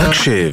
הקשב.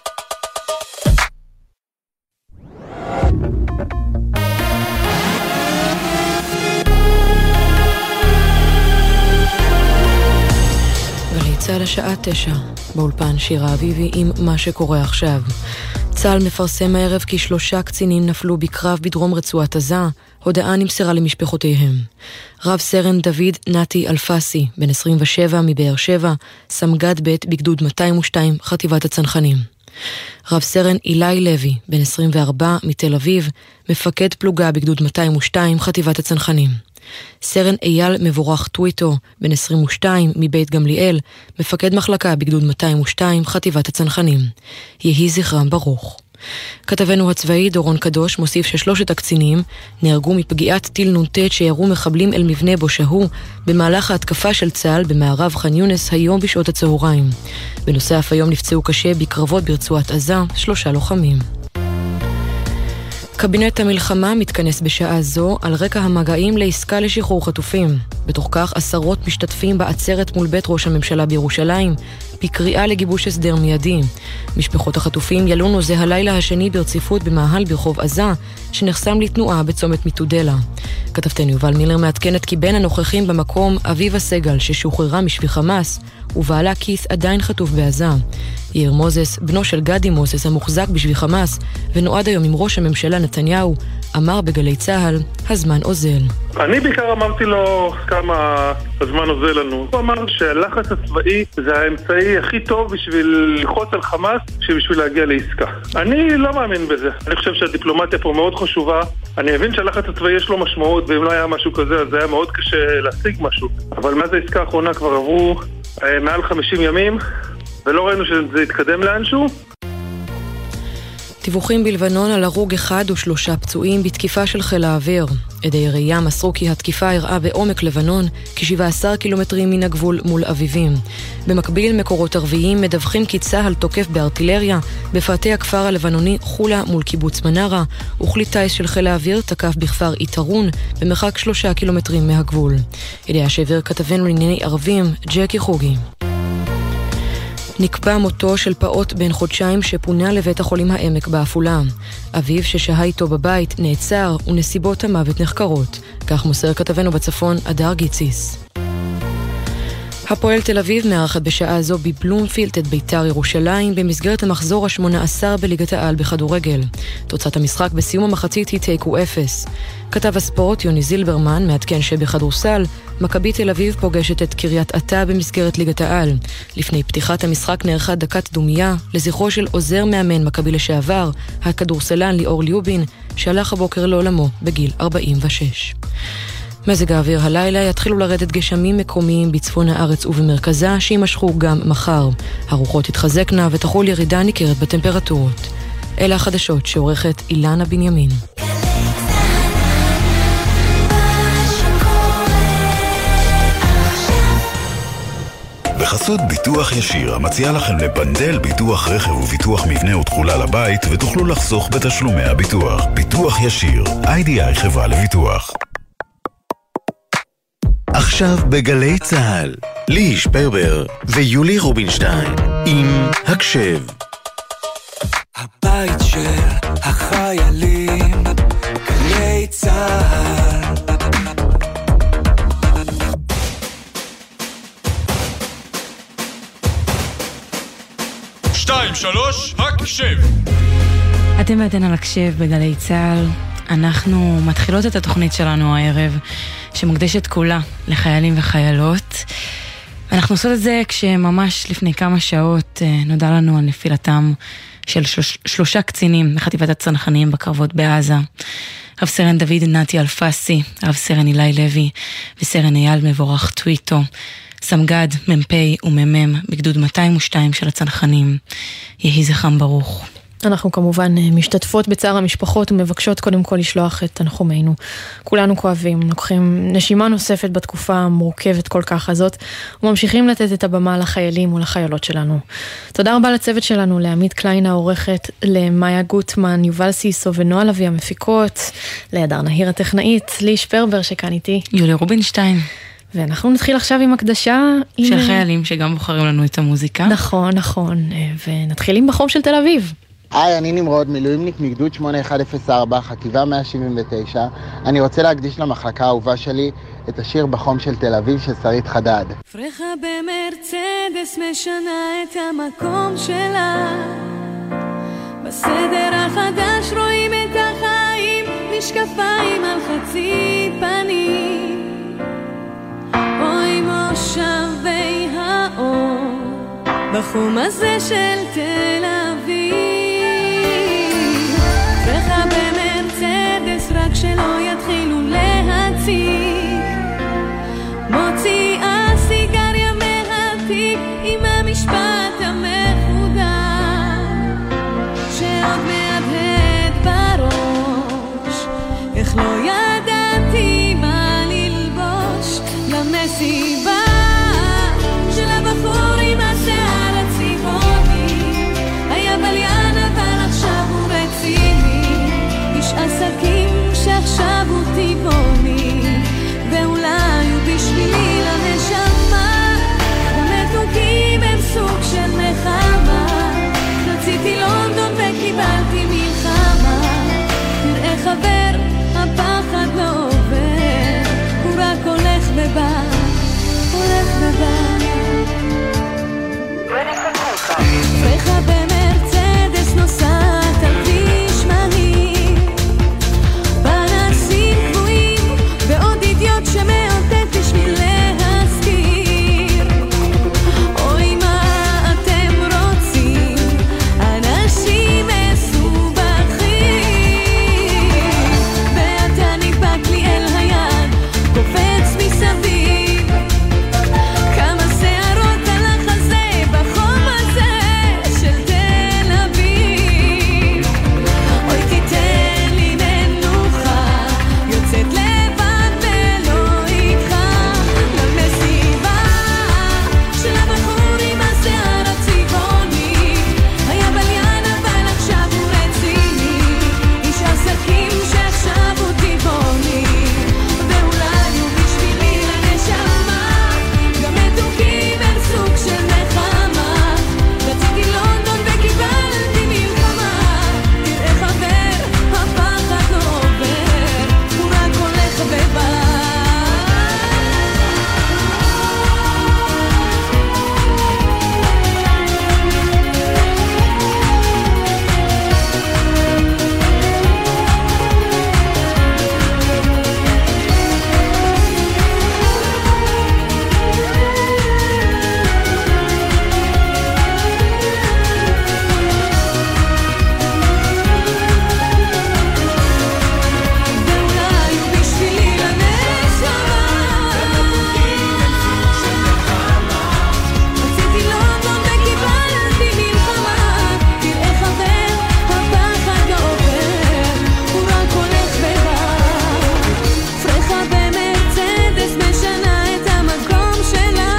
צהל השעה 9, באולפן שירה אביבי עם מה שקורה עכשיו. צהל מפרסם הערב כי 3 קצינים נפלו בקרב בדרום רצועת עזה, הודעה נמסרה למשפחותיהם. רב סרן דוד נתי אלפסי, בן 27 מבאר שבע, סמג"ד ב' בגדוד 202 חטיבת הצנחנים. רב סרן אילי לוי, בן 24 מתל אביב, מפקד פלוגה בגדוד 202 חטיבת הצנחנים. סרן אייל מבורך טוויטו, בן 22 מבית גמליאל, מפקד מחלקה בגדוד 202 חטיבת הצנחנים. יהי זכרם ברוך. כתבנו הצבאי דורון קדוש מוסיף ששלושת הקצינים נהרגו מפגיעת טיל נ"ט שירו מחבלים אל מבנה בו שהו במהלך ההתקפה של צה"ל במערב ח'אן יונס היום בשעות הצהריים. בנוסף היום נפצעו קשה בקרבות ברצועת עזה 3 לוחמים. קבינט המלחמה מתכנס בשעה זו על רקע המגעים לעסקה לשחרור חטופים. בתוך כך עשרות משתתפים בעצרת מול בית ראש הממשלה בירושלים, בקריאה לגיבוש הסדר מיידי. משפחות החטופים ילונו זה הלילה השני ברציפות במאהל ברחוב עזה, שנחסם לתנועה בצומת מיטודלה. כתבתנו יובל מילר מעדכנת כי בין הנוכחים במקום אביבה סגל ששוחררה משבי חמאס, ובעלה כיס עדיין חטוף בעזה. יאיר מוזס, בנו של גדי מוזס המוחזק בשבי חמאס, ונועד היום עם ראש הממשלה נתניהו, אמר בגלי צהל, הזמן עוזל. אני בעיקר אמרתי לו כמה הזמן עוזל לנו. הוא אמר שהלחץ הצבאי זה האמצעי הכי טוב בשביל ללחוץ על חמאס, בשביל להגיע לעסקה. אני לא מאמין בזה. אני חושב שהדיפלומטיה פה מאוד חשובה. אני מבין שהלחץ הצבאי יש לו משמעות, ואם לא היה משהו כזה, אז זה היה מאוד קשה להשיג משהו. אבל מאז העסקה האחרונה כבר עברו מעל 50 ימים, ולא ראינו שזה יתקדם לאנשהו. דיווחים בלבנון על הרוג 1 ו3 פצועים בתקיפה של חיל האוויר. עדי ראייה מסרו כי התקיפה הראה בעומק לבנון כ-17 קילומטרים מן הגבול מול אביבים. במקביל מקורות ערביים מדווחים כי צה"ל תוקף בארטילריה בפאתי הכפר הלבנוני חולה מול קיבוץ מנרה, וכלי טיס של חיל האוויר תקף בכפר איתרון במרחק 3 קילומטרים מהגבול. ידיעה שהעביר כתבנו לענייני ערבים ג'קי חוגי. נקבע מותו של פעוט בן חודשיים שפונה לבית החולים העמק בעפולה. אביו ששהה איתו בבית נעצר ונסיבות המוות נחקרות. כך מוסר כתבנו בצפון אדר גיציס. הפועל תל אביב מארחת בשעה זו בבלומפילד את ביתר ירושלים במסגרת המחזור ה-18 בליגת העל בכדורגל. תוצאת המשחק בסיום המחצית היא תיקו 0. כתב הספורט יוני זילברמן מעדכן שבכדורסל מכבי תל אביב פוגשת את קריית אתא במסגרת ליגת העל. לפני פתיחת המשחק נערכה דקת דומייה לזכרו של עוזר מאמן מכבי לשעבר, הכדורסלן ליאור ליובין, שהלך הבוקר לעולמו בגיל 46. מזג האוויר הלילה יתחילו לרדת גשמים מקומיים בצפון הארץ ובמרכזה שימשכו גם מחר. הרוחות יתחזקנה ותחול ירידה ניכרת בטמפרטורות. אלה החדשות שעורכת אילנה בנימין. בחסות ביטוח ישיר המציע לכם לבנדל ביטוח רכב וביטוח מבנה ותכולה לבית ותוכלו לחסוך בתשלומי הביטוח. ביטוח ישיר, איי-די-איי חברה לביטוח. עכשיו בגלי צהל, לי שפרבר ויולי רובינשטיין עם הקשב. הבית של החיילים, גלי צהל. שתיים, שלוש, הקשב. אתם ואתן על הקשב בגלי צהל. אנחנו מתחילות את התוכנית שלנו הערב, שמוקדשת כולה לחיילים וחיילות. אנחנו עושות את זה כשממש לפני כמה שעות נודע לנו על נפילתם של 3 קצינים בחטיבת הצנחנים בקרבות בעזה. רב סרן דוד נתי אלפסי, רב סרן אילי לוי וסרן אייל מבורך טוויטו, סמג"ד, מ"פ ומ"מ בגדוד 202 של הצנחנים. יהי זכרם ברוך. אנחנו כמובן משתתפות בצער המשפחות ומבקשות קודם כל לשלוח את תנחומינו. כולנו כואבים, לוקחים נשימה נוספת בתקופה המורכבת כל כך הזאת, וממשיכים לתת את הבמה לחיילים ולחיילות שלנו. תודה רבה לצוות שלנו, לעמית קליין העורכת, למאיה גוטמן, יובל סיסו ונועה לוי המפיקות, לידר נהיר הטכנאית, לי שפרבר שכאן איתי. יולי רובינשטיין. ואנחנו נתחיל עכשיו עם הקדשה של חיילים שגם בוחרים לנו את המוזיקה. נכון, נכון, ונתחיל עם בחום של תל אביב. היי, אני נמרוד, מילואימניק מגדוד 8104, חטיבה 179. אני רוצה להקדיש למחלקה האהובה שלי את השיר בחום של תל אביב של שרית חדד. פרחה במרצדס משנה את המקום שלה, בסדר החדש רואים את החיים, משקפיים על חצי פנים, אוי מושבי האור בחום הזה של תל אביב. פרחה במרצדס רק שלא יתחילו להציג, מוציאה סיגריה מהתיק עם המשפט המחודד שעוד מהדהד בראש, איך לא ידעתי מה ללבוש למסיבה של הבחור עם השיער הצבעוני, היה בליין אבל עכשיו הוא רציני, איש עסקים שעכשיו הוא טבעוני, ואולי הוא בשבילי לנשמה, המתוקים הם סוג של נחמה, רציתי לונדון וקיבלתי מלחמה, תראה חבר, הפחד לא עובר, הוא רק הולך ובא, הולך ובא. פרחה במרצדס נוסעת על כביש מהיר, פנסים גבוהים ועוד אידיוט שמאותת בשביל להזכיר, אוי מה אתם רוצים אנשים מסובכים, ואתה נדבק לי אל היד קופץ מסביב, כמה שערות על החזה בחום הזה של תל אביב, אוי תיתן לי מנוחה, יוצאת לבד ולא איתך למסיבה של הבחור עם השיער הצבעוני, היה בליין אבל עכשיו הוא רציני, איש עסקים שעכשיו הוא טבעוני, ואולי הוא בשבילי לנשמה, גם מתוקים הם סוג של נחמה, רציתי לונדון וקיבלתי מלחמה, תראה חבר, הפחד לא עובר, הוא רק הולך ובא. ואולי הוא בשבילי לנשמה, רציתי לונדון וקיבלתי מלחמה, תראה חבר, הפחד לא עובר, הוא רק הולך ובא. פרחה במרצדס משנה את המקום שלה.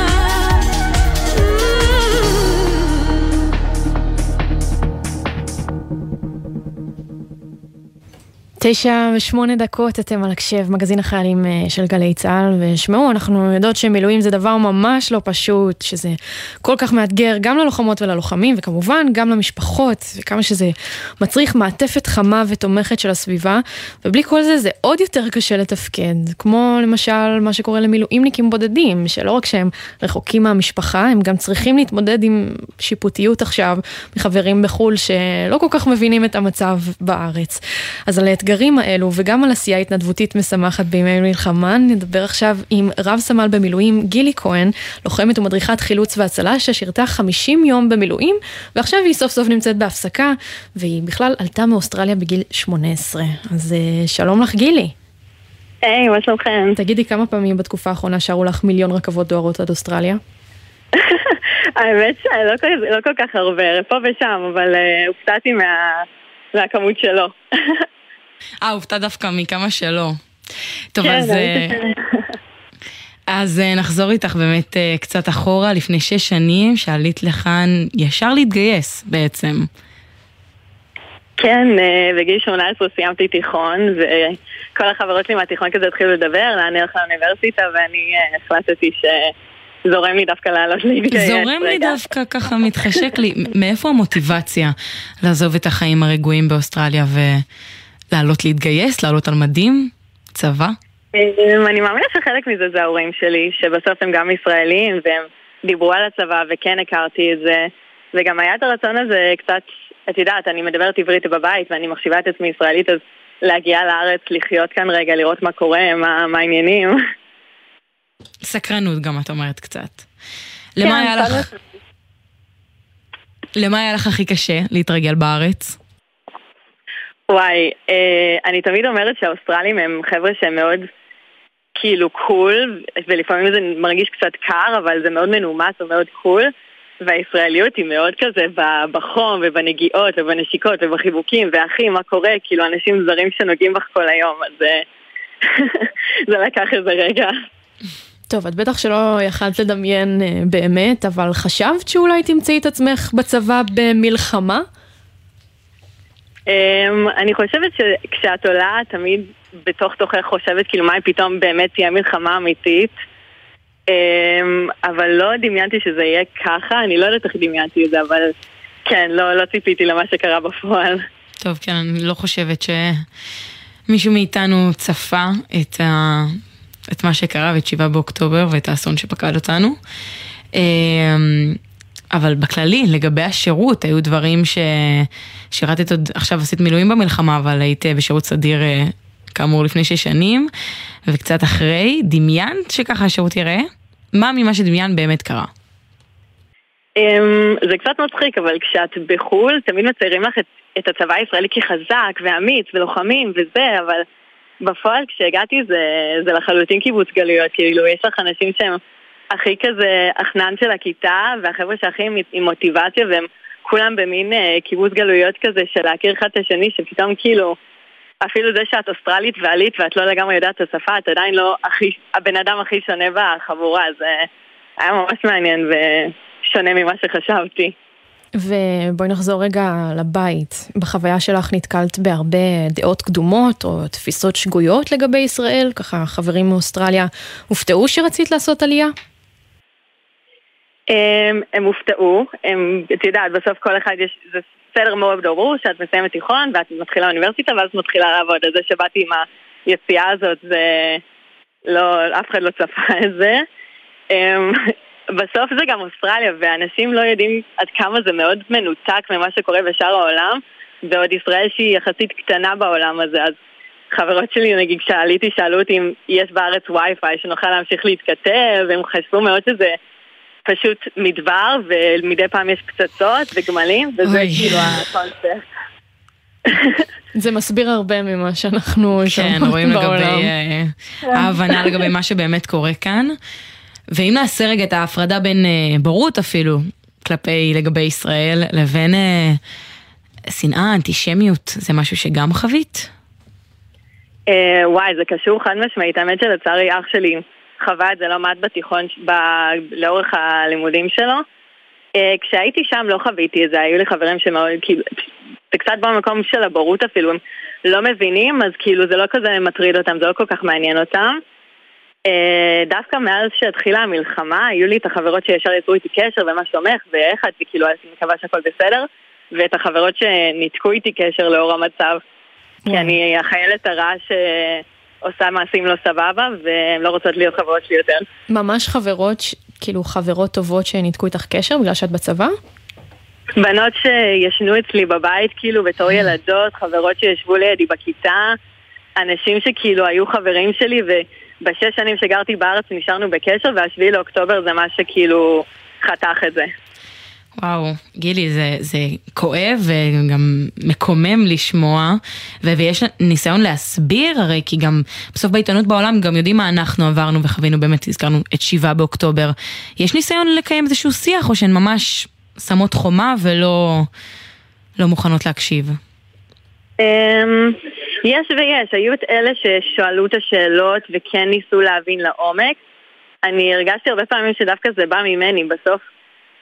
9:08, אתם על הקשב, מגזין החיילים של גלי צהל, ושמעו, אנחנו יודעות שמילואים זה דבר ממש לא פשוט, שזה כל כך מאתגר גם ללוחמות וללוחמים, וכמובן גם למשפחות, וכמה שזה מצריך מעטפת חמה ותומכת של הסביבה, ובלי כל זה זה עוד יותר קשה לתפקד, כמו למשל מה שקורה למילואימניקים בודדים, שלא רק שהם רחוקים מהמשפחה, הם גם צריכים להתמודד עם שיפוטיות עכשיו, מחברים בחול שלא כל כך מבינים את המצב בארץ. אז על האתגרים האלו וגם על עשייה התנדבותית משמחת בימי מלחמה, נדבר עכשיו עם רב סמל במילואים גילי כהן, לוחמת ומדריכת חילוץ והצלה ששירתה 50 יום במילואים, ועכשיו היא סוף סוף נמצאת בהפסקה, והיא בכלל עלתה מאוסטרליה בגיל 18. אז שלום לך גילי. היי, מה שלומכם? תגידי, כמה פעמים בתקופה האחרונה שרו לך מיליון רכבות דוהרות עד אוסטרליה? האמת שלא כל כך הרבה, פה ושם, אבל הופתעתי מהכמות שלו. הופתע דווקא מכמה שלו. טוב, אז נחזור איתך באמת קצת אחורה, לפני 6 שנים שעלית לכאן ישר להתגייס בעצם. כן, בגיל 18 סיימתי תיכון, וכל החברות שלי מהתיכון כזה התחילו לדבר, אני הולכת לאוניברסיטה, ואני החלטתי שזורם לי דווקא לעלות להתגייס. זורם לי דווקא ככה מתחשק לי. מאיפה המוטיבציה לעזוב את החיים הרגועים באוסטרליה ולעלות להתגייס, לעלות על מדים, צבא? אני מאמינה שחלק מזה זה ההורים שלי, שבסוף הם גם ישראלים, והם דיברו על הצבא, וכן הכרתי את זה, וגם היה את הרצון הזה קצת, את יודעת, אני מדברת עברית בבית, ואני מחשיבה את עצמי ישראלית, אז להגיע לארץ, לחיות כאן רגע, לראות מה קורה, מה העניינים. סקרנות גם, את אומרת קצת. למה היה לך הכי קשה להתרגל בארץ? וואי, אני תמיד אומרת שהאוסטרלים הם חבר'ה שהם מאוד כאילו קול, ולפעמים זה מרגיש קצת קר, אבל זה מאוד מנומס ומאוד קול, והישראליות היא מאוד כזה בחום ובנגיעות ובנשיקות ובחיבוקים, ואחי, מה קורה? כאילו אנשים זרים שנוגעים בך כל היום, אז זה לקח איזה רגע. טוב, את בטח שלא יכלת לדמיין באמת, אבל חשבת שאולי תמצאי את עצמך בצבא במלחמה? אני חושבת שכשאת עולה תמיד בתוך תוכך חושבת כאילו מה פתאום באמת תהיה מלחמה אמיתית, אבל לא דמיינתי שזה יהיה ככה, אני לא יודעת איך דמיינתי את זה, אבל כן, לא ציפיתי למה שקרה בפועל. טוב, כן, אני לא חושבת שמישהו מאיתנו צפה את מה שקרה ואת 7 באוקטובר ואת האסון שפקד אותנו. אבל בכללי, לגבי השירות, היו דברים ששירתת עוד, עכשיו עשית מילואים במלחמה, אבל היית בשירות סדיר כאמור לפני 6 שנים, וקצת אחרי, דמיינת שככה השירות ייראה? מה ממה שדמיין באמת קרה? זה קצת מצחיק, אבל כשאת בחול, תמיד מציירים לך את הצבא הישראלי כחזק ואמיץ ולוחמים וזה, אבל בפועל כשהגעתי זה לחלוטין קיבוץ גלויות, כאילו יש לך אנשים שהם הכי כזה הכנן של הכיתה, והחבר'ה שהכי עם מוטיבציה, והם כולם במין קיבוץ גלויות כזה של להכיר אחד את השני, שפתאום כאילו, אפילו זה שאת אוסטרלית ועלית ואת לא לגמרי יודעת את השפה, את עדיין לא הבן אדם הכי שונה בחבורה, אז היה ממש מעניין ושונה ממה שחשבתי. ובואי נחזור רגע לבית. בחוויה שלך נתקלת בהרבה דעות קדומות או תפיסות שגויות לגבי ישראל? ככה חברים מאוסטרליה הופתעו שרצית לעשות עלייה? הם הופתעו. את יודעת, בסוף כל אחד זה סדר מאוד ברור שאת מסיימת תיכון ואת מתחילה אוניברסיטה ואז מתחילה לעבוד. אז זה שבאתי עם היציאה הזאת, אף אחד לא צפה את זה. בסוף זה גם אוסטרליה, ואנשים לא יודעים עד כמה זה מאוד מנותק ממה שקורה בשאר העולם, ועוד ישראל שהיא יחסית קטנה בעולם הזה, אז חברות שלי, נגיד, כשעליתי, שאלו אותי אם יש בארץ וי-פיי, שנוכל להמשיך להתכתב, והם חשבו מאוד שזה פשוט מדבר, ומדי פעם יש פצצות וגמלים, וזה כאילו הקונספט. זה מסביר הרבה ממה שאנחנו כן, רואים לגבי ההבנה לגבי מה שבאמת קורה כאן. ואם נעשה רגע את ההפרדה בין בורות אפילו לגבי ישראל לבין שנאה, אנטישמיות, זה משהו שגם חווית? וואי, זה קשור חד משמעית. האמת שלצערי אח שלי חווה את זה לא מעט בתיכון לאורך הלימודים שלו. כשהייתי שם לא חוויתי את זה, היו לי חברים שמאוד, כאילו, זה קצת במקום של הבורות אפילו, הם לא מבינים, אז כאילו זה לא כזה מטריד אותם, זה לא כל כך מעניין אותם. דווקא מאז שהתחילה המלחמה, היו לי את החברות שישר יצרו איתי קשר ומה שומך ואיך, וכאילו אני מקווה שהכל בסדר, ואת החברות שניתקו איתי קשר לאור המצב, כי אני החיילת הרעה שעושה מעשים לא סבבה, והן לא רוצות להיות חברות שלי יותר. ממש חברות, כאילו חברות טובות שניתקו איתך קשר בגלל שאת בצבא? בנות שישנו אצלי בבית, כאילו בתור ילדות, חברות שישבו לידי בכיתה, אנשים שכאילו היו חברים שלי ב6 שנים שגרתי בארץ נשארנו בקשר, וה7 לאוקטובר זה מה שכאילו חתך את זה. וואו, גילי, זה כואב וגם מקומם לשמוע, ויש ניסיון להסביר, הרי כי גם בסוף בעיתונות בעולם גם יודעים מה אנחנו עברנו וחווינו, באמת הזכרנו את 7 באוקטובר. יש ניסיון לקיים איזשהו שיח, או שהן ממש שמות חומה ולא מוכנות להקשיב? יש ויש, היו את אלה ששואלו את השאלות וכן ניסו להבין לעומק. אני הרגשתי הרבה פעמים שדווקא זה בא ממני. בסוף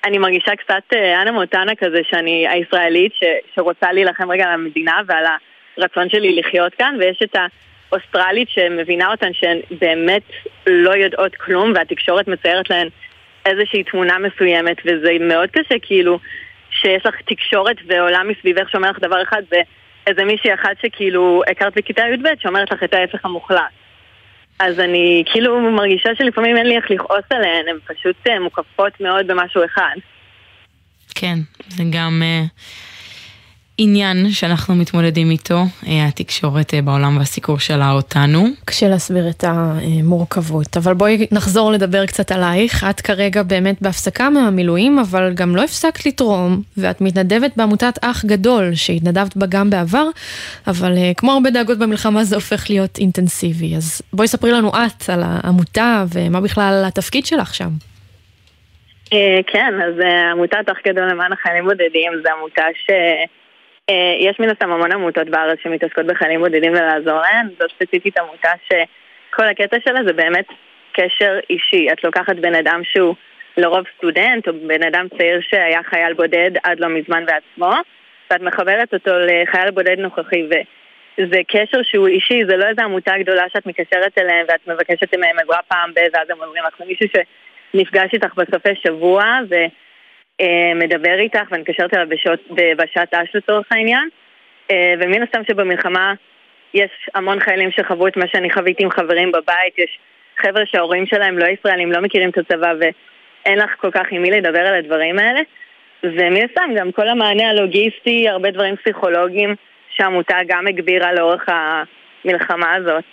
אני מרגישה קצת אנה מוטנה כזה, שאני הישראלית שרוצה להילחם רגע על המדינה ועל הרצון שלי לחיות כאן, ויש את האוסטרלית שמבינה אותן שהן באמת לא יודעות כלום, והתקשורת מציירת להן איזושהי תמונה מסוימת, וזה מאוד קשה כאילו שיש לך תקשורת ועולם מסביבך שאומר לך דבר אחד, ואיזה מישהי אחת שכאילו הכרת בכיתה י"ב שאומרת לך את ההפך המוחלט. אז אני כאילו מרגישה שלפעמים אין לי איך לכעוס עליהן, הן פשוט מוקפות מאוד במשהו אחד. כן, זה גם עניין שאנחנו מתמודדים איתו, התקשורת בעולם והסיקור שלה אותנו. קשה להסביר את המורכבות, אבל בואי נחזור לדבר קצת עלייך. את כרגע באמת בהפסקה מהמילואים, אבל גם לא הפסקת לתרום, ואת מתנדבת בעמותת אח גדול, שהתנדבת בה גם בעבר, אבל כמו הרבה דאגות במלחמה זה הופך להיות אינטנסיבי. אז בואי ספרי לנו את על העמותה, ומה בכלל התפקיד שלך שם. כן, אז עמותת אח גדול למען החיילים בודדים, זו עמותה יש מן הסתם המון עמותות בארץ שמתעסקות בחיילים בודדים ולעזור להן. זו ספציפית עמותה שכל הקטע שלה זה באמת קשר אישי. את לוקחת בן אדם שהוא לרוב סטודנט או בן אדם צעיר שהיה חייל בודד עד לא מזמן בעצמו, ואת מחברת אותו לחייל בודד נוכחי, וזה קשר שהוא אישי. זה לא איזו עמותה גדולה שאת מקשרת אליהם ואת מבקשת מהם עזרה פעם ואז הם אומרים לך מישהו שנפגש איתך בסופי שבוע מדבר איתך ונקשרת אליו בשעת אש לצורך העניין. ומן הסתם שבמלחמה יש המון חיילים שחוו את מה שאני חוויתי עם חברים בבית. יש חבר'ה שההורים שלהם לא ישראלים, לא מכירים את הצבא ואין לך כל כך עם מי לדבר על הדברים האלה. ומן הסתם גם כל המענה הלוגיסטי, הרבה דברים פסיכולוגיים שהעמותה גם הגבירה לאורך המלחמה הזאת.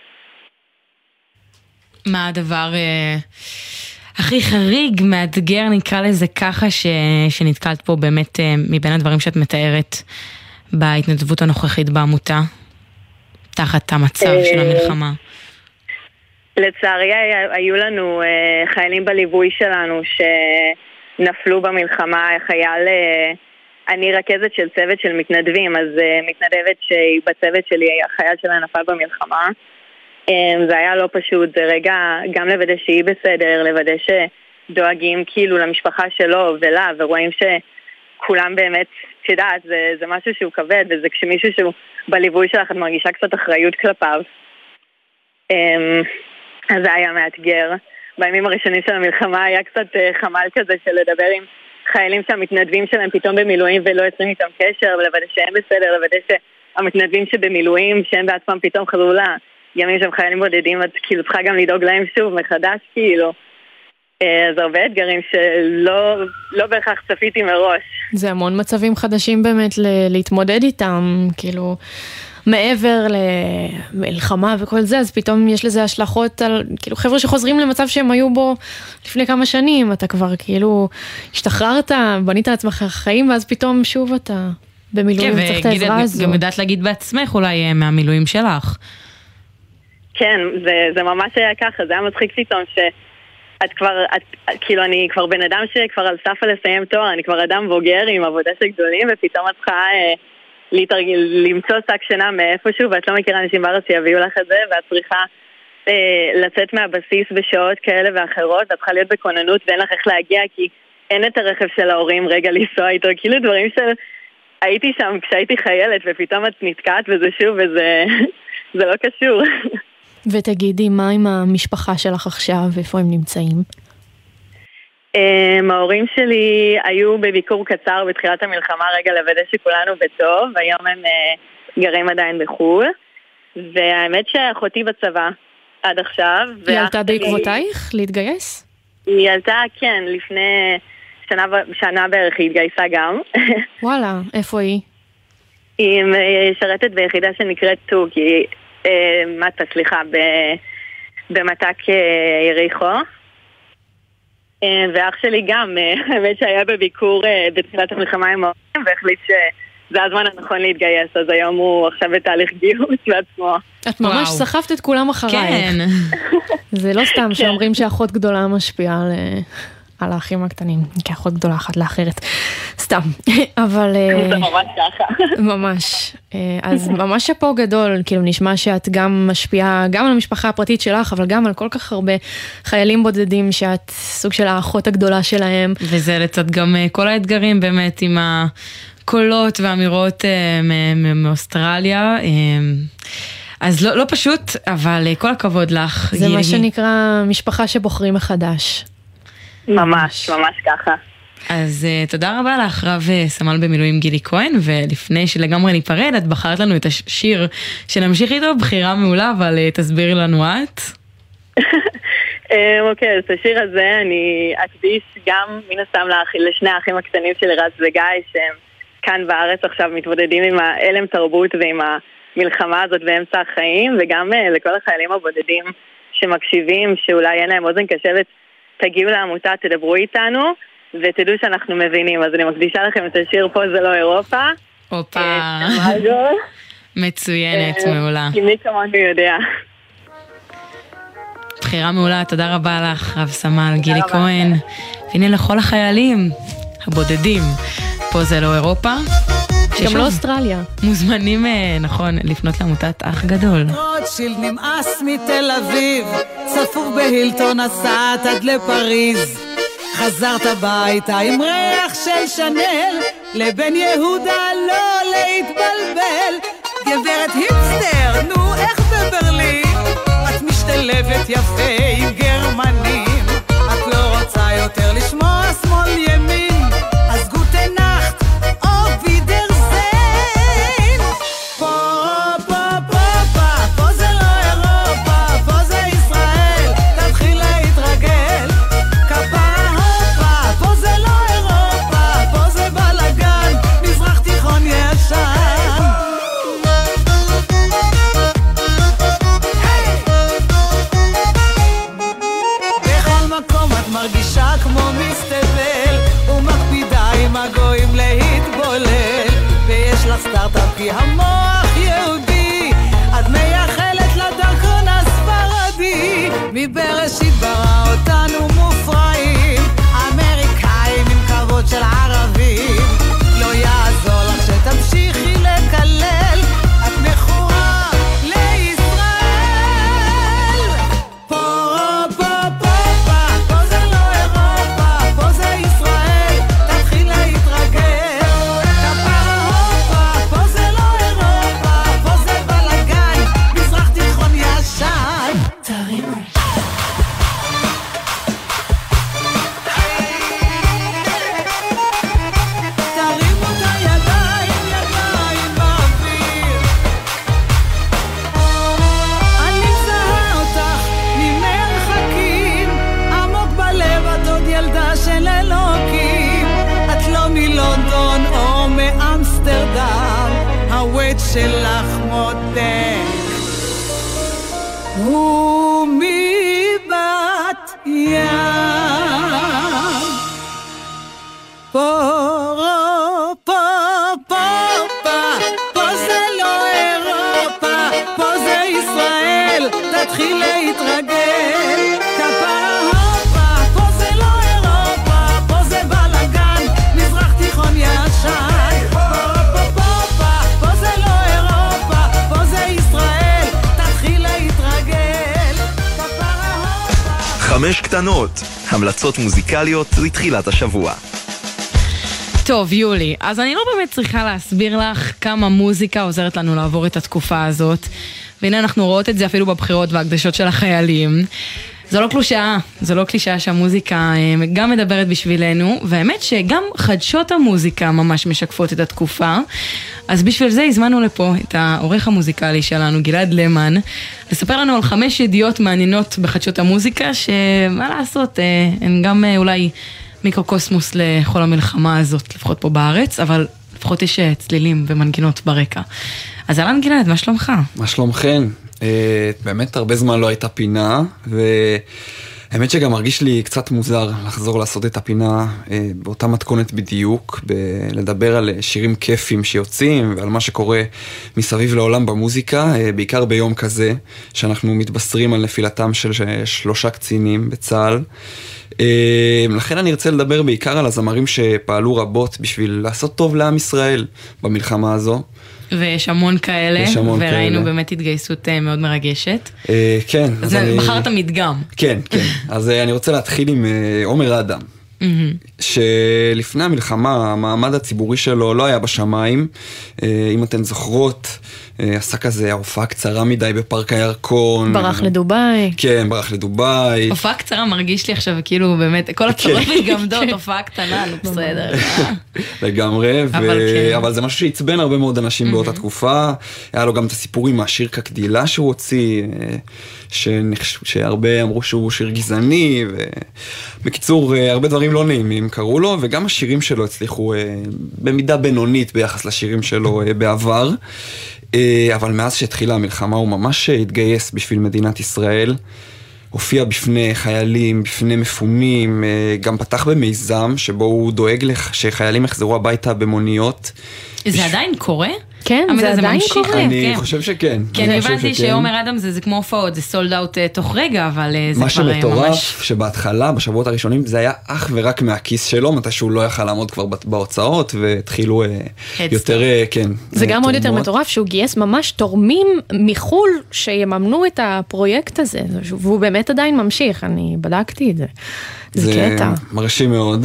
מה הדבר הכי חריג, מאתגר, נקרא לזה ככה, שנתקלת פה באמת מבין הדברים שאת מתארת בהתנדבות הנוכחית בעמותה, תחת המצב של המלחמה? לצערי היו לנו חיילים בליווי שלנו שנפלו במלחמה. חייל, אני רכזת של צוות של מתנדבים, אז מתנדבת שהיא בצוות שלי, החייל שלה נפל במלחמה. זה היה לא פשוט, זה רגע גם לוודא שהיא בסדר, לוודא שדואגים כאילו למשפחה שלו ולה, ורואים שכולם באמת, תדעת, זה משהו שהוא כבד, וזה כשמישהו שהוא בליווי שלך את מרגישה קצת אחריות כלפיו. אז זה היה מאתגר. בימים הראשונים של המלחמה היה קצת חמל כזה של לדבר עם חיילים שהמתנדבים שלהם פתאום במילואים ולא יוצרים איתם קשר, ולוודא שהם בסדר, לוודא שהמתנדבים שבמילואים שהם בעצמם פתאום חזרו לה ימים שהם חיילים בודדים, את כאילו צריכה גם לדאוג להם שוב מחדש, כאילו. זה הרבה אתגרים שלא בהכרח צפיתי מראש. זה המון מצבים חדשים באמת להתמודד איתם, כאילו, מעבר למלחמה וכל זה, אז פתאום יש לזה השלכות על, כאילו, חבר'ה שחוזרים למצב שהם היו בו לפני כמה שנים, אתה כבר כאילו השתחררת, בנית לעצמך חיים, ואז פתאום שוב אתה במילואים צריך את העזרה הזו. גם יודעת להגיד בעצמך אולי מהמילואים שלך. כן, זה ממש היה ככה, זה היה מצחיק פתאום שאת כבר, כאילו אני כבר בן אדם שכבר על סף לסיים תואר, אני כבר אדם בוגר עם עבודה של גדולים, ופתאום את צריכה למצוא שק שינה מאיפשהו, ואת לא מכירה אנשים בארץ שיביאו לך את זה, ואת צריכה לצאת מהבסיס בשעות כאלה ואחרות, ואת צריכה להיות בכוננות ואין לך איך להגיע, כי אין את הרכב של ההורים רגע לנסוע איתו, כאילו דברים שהייתי שם כשהייתי חיילת, ופתאום את נתקעת וזה שוב, וזה לא קשור. ותגידי, מה עם המשפחה שלך עכשיו, איפה הם נמצאים? ההורים שלי היו בביקור קצר בתחילת המלחמה, רגע לוודא שכולנו בטוב, היום הם גרים עדיין בחו"ל, והאמת שאחותי בצבא עד עכשיו. היא עלתה בעקבותייך להתגייס? היא עלתה, כן, לפני שנה בערך היא התגייסה גם. וואלה, איפה היא? היא שרתת ביחידה שנקראת טורקי, סליחה, במתק יריחו. ואח שלי גם, האמת שהיה בביקור בתחילת המלחמה עם ההורים, והחליט שזה הזמן הנכון להתגייס, אז היום הוא עכשיו בתהליך גיוס בעצמו. את ממש סחפת את כולם אחרייך. כן. זה לא סתם שאומרים שאחות גדולה משפיעה על האחים הקטנים, כאחות גדולה אחת לאחרת. סתם, אבל... זה ממש ככה. ממש. אז ממש שפה גדול, כאילו נשמע שאת גם משפיעה גם על המשפחה הפרטית שלך, אבל גם על כל כך הרבה חיילים בודדים שאת סוג של האחות הגדולה שלהם. וזה לצד גם כל האתגרים באמת עם הקולות והאמירות מאוסטרליה. אז לא פשוט, אבל כל הכבוד לך. זה מה שנקרא משפחה שבוחרים מחדש. ממש, ממש ככה. אז תודה רבה לך, רב סמל במילואים גילי כהן, ולפני שלגמרי ניפרד, את בחרת לנו את השיר שנמשיך איתו, בחירה מעולה, אבל תסבירי לנו את. אוקיי, אז את השיר הזה אני אקדיש גם מן הסתם לשני האחים הקטנים של רז וגיא, שהם כאן בארץ עכשיו מתמודדים עם האלם תרבות ועם המלחמה הזאת באמצע החיים, וגם לכל החיילים הבודדים שמקשיבים, שאולי אין להם אוזן קשבת, תגיעו לעמותה, תדברו איתנו, ותדעו שאנחנו מבינים. אז אני מקדישה לכם את השיר פה זה לא אירופה. אופה. מצוינת, מעולה. כי מי כמונו יודע. בחירה מעולה, תודה רבה לך, רב סמל גילי כהן. והנה לכל החיילים הבודדים, פה זה לא אירופה. גם לא אוסטרליה. מוזמנים, נכון, לפנות לעמותת אח גדול. רוטשילד נמאס מתל אביב, צפוף בהילטון נסעת עד לפריז. חזרת הביתה עם ריח של שנל, לבן יהודה לא להתבלבל. גברת היפסטר, נו איך בברלין? את משתלבת יפה עם גרמנים. את לא רוצה יותר לשמוע שמאל ימין, אז גוטה נחט או וידרזיין. פה זה לא אירופה, פה זה ישראל, תתחיל להתרגל. כפרה הופה, פה זה לא אירופה, פה זה בלגן, מזרח תיכון ישן. בכל מקום את מרגישה כמו מסתבל, ומקפידה עם הגויים להתבולל, ויש לך סטארט-אפ כי המוח יהודי, את מייחלת לדרכון הספרדי. מבראשית ברא אותנו מופרעים, אמריקאים עם כבוד של ערבים. לא יעזור לך שתמשיכי לקלל, את מכורה לישראל. פה זה לא אירופה, פה זה ישראל, תתחיל להתרגל. כפרה הופה, פה זה לא אירופה, פה זה בלגן, מזרח תיכון ישן. תרימו תרימו את הידיים, ידיים באוויר. אני מזהה אותך ממרחקים, עמוק בלב את עוד ילדה של אלוקים. את לא מלונדון או מאמסטרדם, הווייט שלך מותק הוא מבת ים. פה זה לא אירופה, פה זה ישראל, תתחיל להתרגל. כפרה הופה, פה זה לא אירופה, פה זה בלגן, מזרח תיכון ישן. פה זה לא אירופה, פה זה ישראל, תתחיל להתרגל. כפרה הופה. 5 קטנות, המלצות מוזיקליות לתחילת השבוע. טוב, יולי, אז אני לא באמת צריכה להסביר לך כמה מוזיקה עוזרת לנו לעבור את התקופה הזאת, והנה אנחנו רואות את זה אפילו בבחירות והקדשות של החיילים. זו לא קלישאה שהמוזיקה גם מדברת בשבילנו, והאמת שגם חדשות המוזיקה ממש משקפות את התקופה. אז בשביל זה הזמנו לפה את העורך המוזיקלי שלנו, גלעד למן, לספר לנו על 5 ידיעות מעניינות בחדשות המוזיקה, שמה לעשות, הן גם אולי מיקרוקוסמוס לכל המלחמה הזאת, לפחות פה בארץ, אבל לפחות יש צלילים ומנגינות ברקע. אז אהלן גלעד, מה שלומך? מה שלומכן? באמת הרבה זמן לא הייתה פינה, האמת שגם מרגיש לי קצת מוזר לחזור לעשות את הפינה באותה מתכונת בדיוק, לדבר על שירים כיפים שיוצאים ועל מה שקורה מסביב לעולם במוזיקה, בעיקר ביום כזה שאנחנו מתבשרים על נפילתם של 3 קצינים בצה"ל. לכן אני ארצה לדבר בעיקר על הזמרים שפעלו רבות בשביל לעשות טוב לעם ישראל במלחמה הזו. ויש המון כאלה, וראינו באמת התגייסות מאוד מרגשת. כן. אז בחרת מדגם. כן. אז אני רוצה להתחיל עם עומר אדם, שלפני המלחמה המעמד הציבורי שלו לא היה בשמיים. אם אתן זוכרות, עשה כזה הופעה קצרה מדי בפארק הירקון. ברח לדוביי. כן, ברח לדוביי. הופעה קצרה מרגיש לי עכשיו כאילו באמת, כל הצורות מתגמדות, הופעה קטנה, לא בסדר. לגמרי, אבל זה משהו שעצבן הרבה מאוד אנשים באותה תקופה. היה לו גם את הסיפור עם השיר כקדילה שהוא הוציא, שהרבה אמרו שהוא שיר גזעני, ובקיצור, הרבה דברים לא נעימים קראו לו, וגם השירים שלו הצליחו במידה בינונית ביחס לשירים שלו בעבר. אבל מאז שהתחילה המלחמה הוא ממש התגייס בשביל מדינת ישראל, הופיע בפני חיילים, בפני מפונים, גם פתח במיזם שבו הוא דואג שחיילים יחזרו הביתה במוניות. זה עדיין קורה? כן, זה עדיין קורה. אני חושב שכן. כן, הבנתי שעומר אדם זה כמו הופעות, זה סולד אאוט תוך רגע, אבל זה כבר ממש... מה שמטורף, שבהתחלה, בשבועות הראשונים, זה היה אך ורק מהכיס שלו, מתי שהוא לא יכל לעמוד כבר בהוצאות, והתחילו יותר, כן. זה גם עוד יותר מטורף, שהוא גייס ממש תורמים מחול שיממנו את הפרויקט הזה, והוא באמת עדיין ממשיך, אני בדקתי את זה. זה קטע. מרשים מאוד.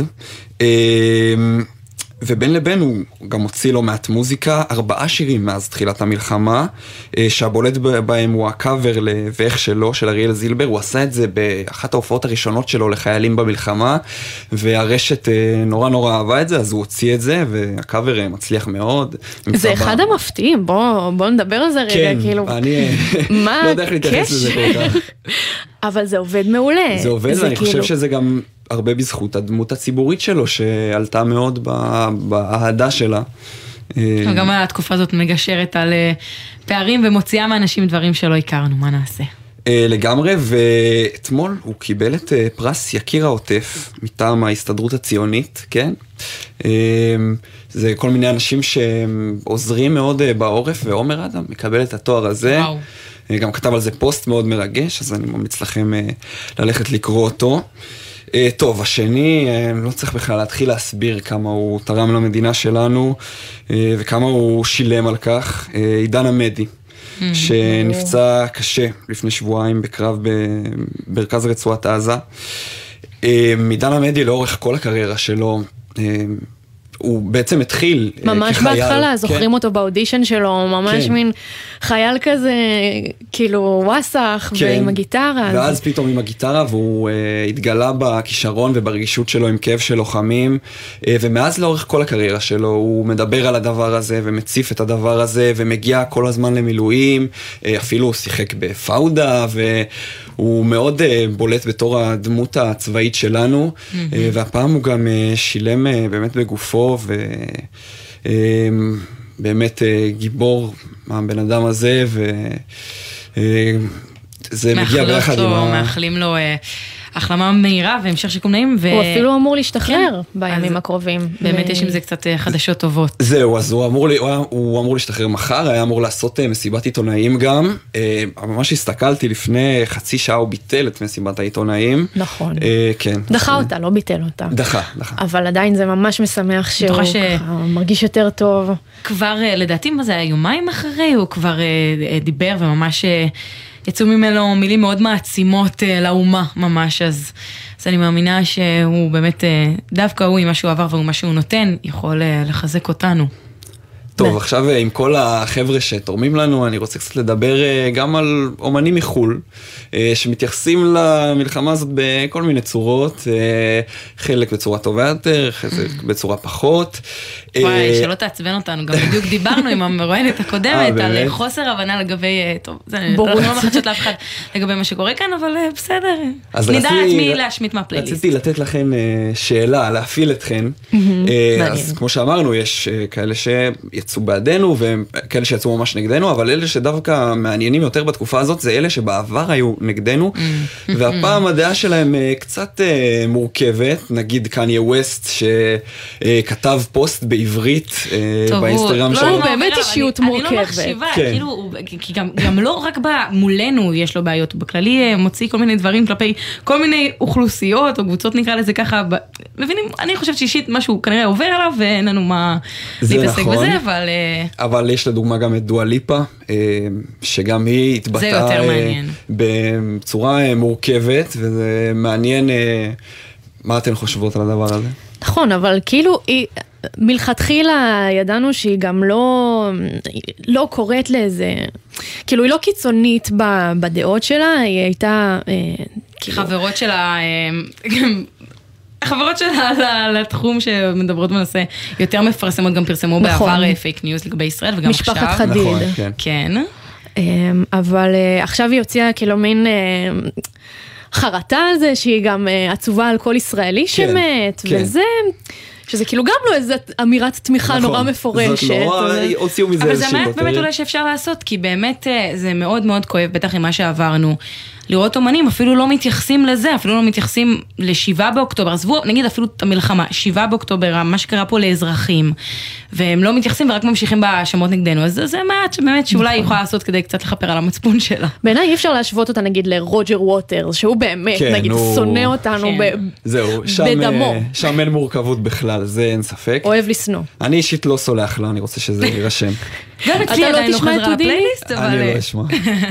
ובין לבין הוא גם הוציא לו מעט מוזיקה, 4 שירים מאז תחילת המלחמה, שהבולט בהם הוא הקאבר ל"ואיך שלו" של אריאל זילבר. הוא עשה את זה באחת ההופעות הראשונות שלו לחיילים במלחמה, והרשת נורא אהבה את זה, אז הוא הוציא את זה, והקאבר מצליח מאוד. זה אחד המפתיעים, בוא נדבר על זה רגע, כן, כאילו. אני לא יודע איך להתייחס לזה כל כך. אבל זה עובד מעולה. זה עובד, ואני חושב שזה גם הרבה בזכות הדמות הציבורית שלו, שעלתה מאוד באהדה שלה. גם התקופה הזאת מגשרת על פערים ומוציאה מאנשים דברים שלא הכרנו, מה נעשה? לגמרי, ואתמול הוא קיבל את פרס יקיר העוטף מטעם ההסתדרות הציונית, כן? זה כל מיני אנשים שעוזרים מאוד בעורף, ועומר אדם מקבל את התואר הזה. וואו. גם כתב על זה פוסט מאוד מרגש, אז אני ממליץ לכם ללכת לקרוא אותו. טוב, השני, לא צריך בכלל להתחיל להסביר כמה הוא תרם למדינה שלנו, וכמה הוא שילם על כך. עידן עמדי, שנפצע קשה לפני שבועיים בקרב במרכז רצועת עזה. עידן עמדי לאורך כל הקריירה שלו, הוא בעצם התחיל ממש כחייל. בהתחלה, זוכרים אותו באודישן שלו, ממש מין חייל כזה, כאילו ווסח, ועם הגיטרה. ואז פתאום עם הגיטרה, והוא התגלה בכישרון וברגישות שלו עם כאב של לוחמים, ומאז לאורך כל הקריירה שלו, הוא מדבר על הדבר הזה, ומציף את הדבר הזה, ומגיע כל הזמן למילואים, אפילו הוא שיחק בפאודה, והוא מאוד בולט בתור הדמות הצבאית שלנו, והפעם הוא גם שילם באמת בגופו, ובאמת גיבור מהבן אדם הזה, וזה מגיע ביחד עם מאחלים לו החלמה מהירה והמשך שיקום נעים. הוא אפילו אמור להשתחרר בימים הקרובים. באמת יש עם זה קצת חדשות טובות. זהו, אז הוא אמור להשתחרר מחר, היה אמור לעשות מסיבת עיתונאים גם. ממש הסתכלתי לפני חצי שעה, הוא ביטל את מסיבת העיתונאים. נכון. כן. דחה אותה, לא ביטל אותה. דחה. אבל עדיין זה ממש משמח שהוא מרגיש יותר טוב. כבר, לדעתי, מה זה היה יומיים אחרי, הוא כבר דיבר וממש יצאו ממנו מילים מאוד מעצימות לאומה ממש, אז אני מאמינה שהוא באמת, דווקא הוא עם מה שהוא עבר ומה שהוא נותן, יכול לחזק אותנו. טוב, עכשיו עם כל החבר'ה שתורמים לנו, אני רוצה קצת לדבר גם על אומנים מחול, שמתייחסים למלחמה הזאת בכל מיני צורות, חלק בצורה טובה יותר, חלק בצורה פחות. וואי, שלא תעצבן אותנו, גם בדיוק דיברנו עם המרואיינת הקודמת, על חוסר הבנה לגבי, טוב, אנחנו לא מחדשות לאף אחד לגבי מה שקורה כאן, אבל בסדר, נדע את מי להשמיט מהפלייליסט. רציתי לתת לכם שאלה, להפעיל אתכן, אז כמו שאמרנו, יש כאלה יצאו בעדנו, וכאלה שיצאו ממש נגדנו, אבל אלה שדווקא מעניינים יותר בתקופה הזאת, זה אלה שבעבר היו נגדנו, והפעם הדעה שלהם קצת מורכבת, נגיד קניה ווסט, שכתב פוסט בעברית באינסטגרם שלו. הוא באמת אישיות מורכבת. אני לא מחשיבה, כאילו, כי גם לא רק מולנו יש לו בעיות, בכללי מוציא כל מיני דברים כלפי כל מיני אוכלוסיות, או קבוצות נקרא לזה ככה, מבינים, אני חושבת שאישית משהו כנראה עובר עליו, ואין לנו מה להתעסק בזה, אבל יש לדוגמה גם את דואה ליפה, שגם היא התבטאה בצורה מורכבת, וזה מעניין מה אתן חושבות על הדבר הזה. נכון, אבל כאילו מלכתחילה ידענו שהיא גם לא קוראת לאיזה, כאילו היא לא קיצונית בדעות שלה, היא הייתה חברות שלה, החברות שלה לתחום שמדברות בנושא יותר מפרסמות, גם פרסמו בעבר פייק ניוז לגבי ישראל, וגם עכשיו. משפחת חדיד. כן. אבל עכשיו היא הוציאה כאילו מין חרטה על זה, שהיא גם עצובה על כל ישראלי שמת, וזה... שזה כאילו גם לא איזו אמירת תמיכה נורא מפורשת. הוציאו מזה אבל זה באמת אולי שאפשר לעשות, כי באמת זה מאוד מאוד כואב, בטח עם מה שעברנו. לראות אומנים אפילו לא מתייחסים לזה, אפילו לא מתייחסים ל7 באוקטובר, עזבו, נגיד אפילו את המלחמה, 7 באוקטובר, מה שקרה פה לאזרחים, והם לא מתייחסים ורק ממשיכים בהאשמות נגדנו, אז זה מעט שבאמת שאולי היא יכולה לעשות כדי קצת לחפר על המצפון שלה. בעיניי אי אפשר להשוות אותה נגיד לרוג'ר ווטרס, שהוא באמת נגיד שונא אותנו בדמו. שם אין מורכבות בכלל, זה אין ספק. אוהב לסנוע. אני אישית לא סולח לו, אני רוצה שזה יירשם. גם אצלי עדיין לא חזרה לפלייליסט, אבל... אני לא אשמע.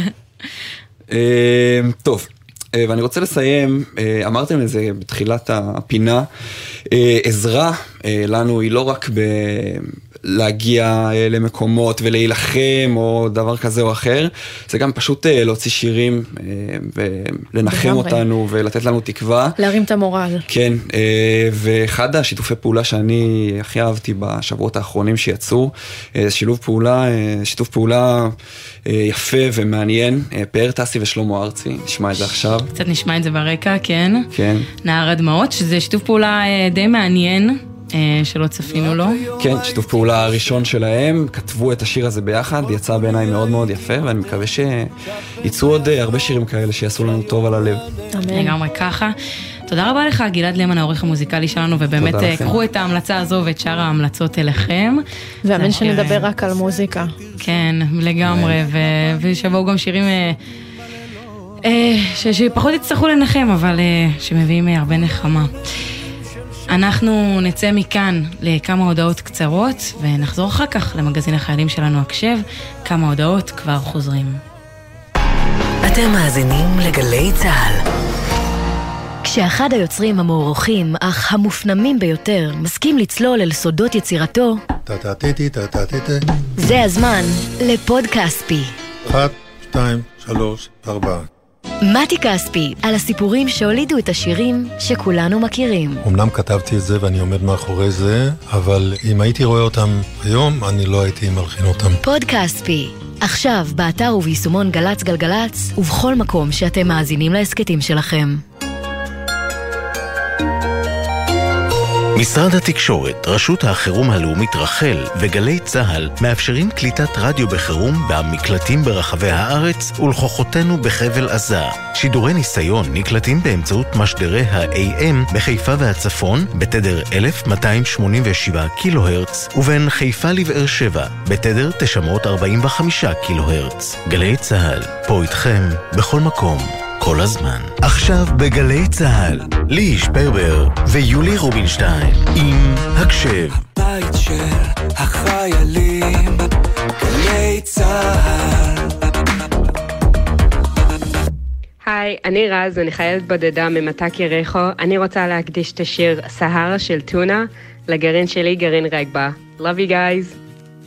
טוב, ואני רוצה לסיים, אמרתם לזה בתחילת הפינה, עזרה לנו היא לא רק להגיע למקומות ולהילחם או דבר כזה או אחר, זה גם פשוט להוציא שירים ולנחם אותנו ולתת לנו תקווה. להרים את המורל. כן, ואחד השיתופי פעולה שאני הכי אהבתי בשבועות האחרונים שיצאו, שיתוף פעולה יפה ומעניין, פאר טסי ושלמה ארצי, נשמע את זה עכשיו. קצת נשמע את זה ברקע, כן. כן. נער הדמעות, שזה שיתוף פעולה די מעניין. שלא צפינו לו. כן, שיתוף פעולה הראשון שלהם, כתבו את השיר הזה ביחד, יצא בעיניי מאוד מאוד יפה, ואני מקווה שיצאו עוד הרבה שירים כאלה שיעשו לנו טוב על הלב. לגמרי ככה. תודה רבה לך, גלעד למן, העורך המוזיקלי שלנו, ובאמת קחו את ההמלצה הזו ואת שאר ההמלצות אליכם. ואמן שנדבר רק על מוזיקה. כן, לגמרי, ושבואו גם שירים שפחות יצטרכו לנחם, אבל שמביאים הרבה נחמה. אנחנו נצא מכאן לכמה הודעות קצרות, ונחזור אחר כך למגזין החיילים שלנו הקשב. כמה הודעות כבר חוזרים. אתם מאזינים לגלי צהל. כשאחד היוצרים המוערוכים, אך המופנמים ביותר, מסכים לצלול אל סודות יצירתו, זה הזמן לפוד כספי. 1, 2, 3, 4. מתי כספי, על הסיפורים שהולידו את השירים שכולנו מכירים. אמנם כתבתי את זה ואני עומד מאחורי זה, אבל אם הייתי רואה אותם היום, אני לא הייתי מלחין אותם. פוד כספי, עכשיו באתר וביישומון גלץ גלגלץ, ובכל מקום שאתם מאזינים להסקטים שלכם. משרד התקשורת, רשות החירום הלאומית רחל וגלי צהל מאפשרים קליטת רדיו בחירום במקלטים ברחבי הארץ ולכוחותינו בחבל עזה. שידורי ניסיון נקלטים באמצעות משדרי ה-AM בחיפה והצפון בתדר 1287 קילו-הרץ ובין חיפה לבאר שבע בתדר 945 קילו-הרץ. גלי צהל, פה איתכם בכל מקום. כל הזמן. עכשיו בגלי צהל, לי שפרבר ויולי רובינשטיין עם הקשב. הבית של החיילים, גלי צהל. היי, אני רז, אני חיילת בודדה ממתק ירחו. אני רוצה להקדיש את השיר סהרה של טונה לגרעין שלי, גרעין רגבה. Love you guys.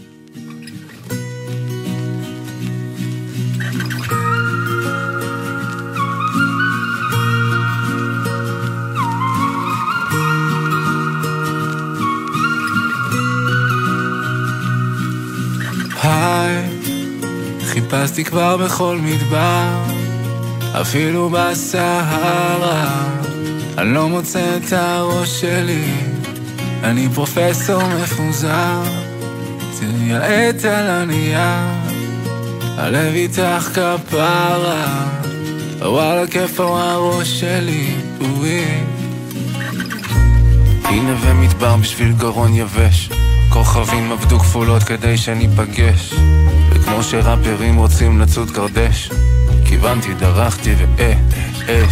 היי, חיפשתי כבר בכל מדבר, אפילו בסהרה, אני לא מוצא את הראש שלי, אני פרופסור מפוזר, תראי העט על הנייר, הלב איתך כפרה, וואלה כיף הראש שלי, אוי. הנה ומדבר בשביל גרון יבש, כוכבים עבדו כפולות כדי שניפגש, וכמו שראפרים רוצים לצוד קרדש, כיוונתי, דרכתי אש,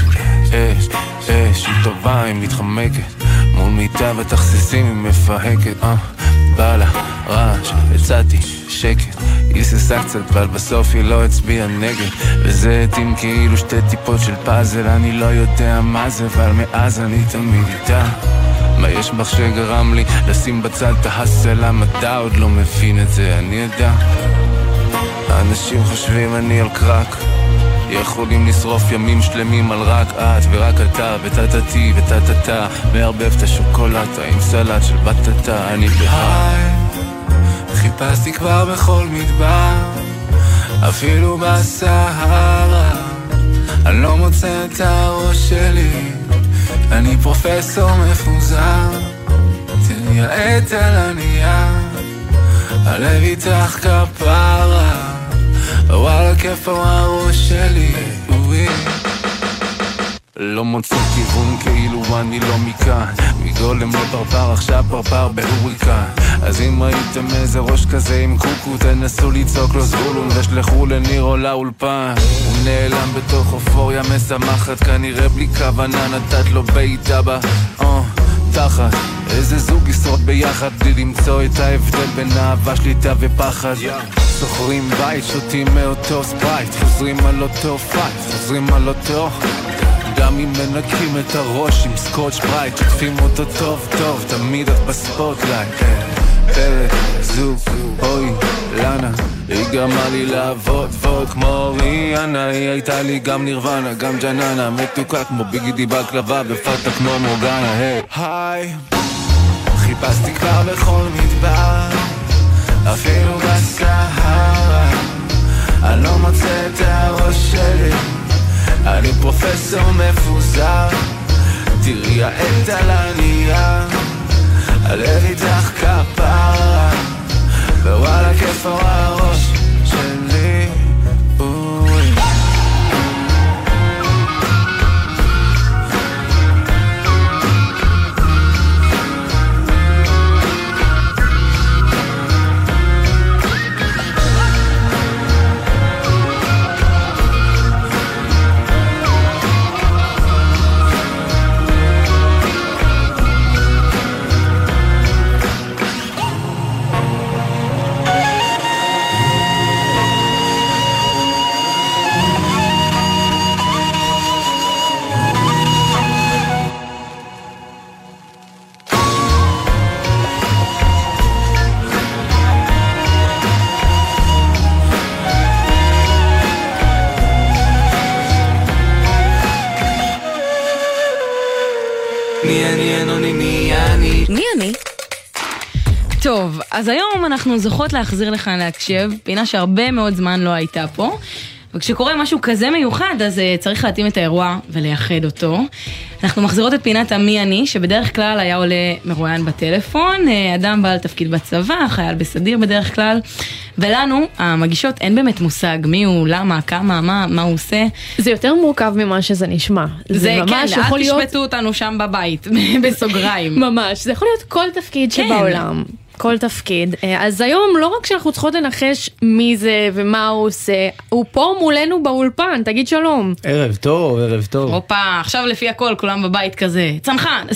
היא טובה, היא מתחמקת, מול מיטה בתכסיסים היא מפהקת, בא לה רעש, הצעתי שקט, היא ססה קצת, אבל בסוף היא לא הצביעה נגד, וזה התאים כאילו שתי טיפות של פאזל, אני לא יודע מה זה, אבל מאז אני תמיד איתה. מה יש בך שגרם לי לשים בצד את ההסל, המדע עוד לא מבין את זה, אני יודע. האנשים חושבים אני על קרק, יכולים לשרוף ימים שלמים על רק את ורק אתה, וטטטי וטטטה, מערבב את השוקולטה עם סלט של בטטה, אני בהיי. חיפשתי כבר בכל מדבר, אפילו בסהרה, אני לא מוצא את הראש שלי, אני פרופסור מפוזר. תראי העט על הנייר, הלב איתך כפרה, וואלה כיף הראש שלי, אוי. לא מוצא כיוון כאילו אני לא מכאן, מגולם לפרפר עכשיו פרפר בהוריקן. אז אם ראיתם איזה ראש כזה עם קוקו, תנסו לצעוק לו זבולון ושלחו לניר או לאולפן. הוא נעלם בתוך אופוריה משמחת, כנראה בלי כוונה נתת לו בעיטה בה תחת. איזה זוג ישרוד ביחד בלי למצוא את ההבדל בין אהבה, שליטה ופחד. סוחרים בית, שותים מאותו ספרייט, חוזרים על אותו פייט, חוזרים על אותו, גם אם מנקים את הראש עם סקוטש ברייט, שוטפים אותו טוב טוב, תמיד את בספוטלייט. פרק, זוג, אוי, לנה, היא גרמה לי לעבוד ועוד כמו ריאנה, היא הייתה לי גם נירוונה, גם ג'ננה, מתוקה כמו ביגידי בקלבה בפאטה כמו מורגנה. היי, חיפשתי כבר בכל מדבר, אפילו בסהרה, אני לא מוצא את הראש שלי, אני פרופסור מפוזר. תראי העט על הנייר, הלב איתך כפרה, ווואלה כיף הראש שלי, אוי. טוב, אז היום אנחנו זוכות להחזיר לכאן להקשב, פינה שהרבה מאוד זמן לא הייתה פה, וכשקורה משהו כזה מיוחד, אז צריך להתאים את האירוע ולייחד אותו. אנחנו מחזירות את פינת המי אני, שבדרך כלל היה עולה מרואיין בטלפון, אדם בעל תפקיד בצבא, חייל בסדיר בדרך כלל, ולנו, המגישות, אין באמת מושג מי הוא, למה, כמה, מה הוא עושה. זה יותר מורכב ממה שזה נשמע. זה ממש כן, אל תשפטו אותנו שם בבית, בסוגריים. ממש, זה יכול להיות כל תפקיד שבעולם. כל תפקיד. אז היום לא רק שאנחנו צריכות לנחש מי זה ומה הוא עושה, הוא פה מולנו באולפן, תגיד שלום. ערב טוב, ערב טוב. אופה, עכשיו לפי הכל, כולם בבית כזה, צנחן.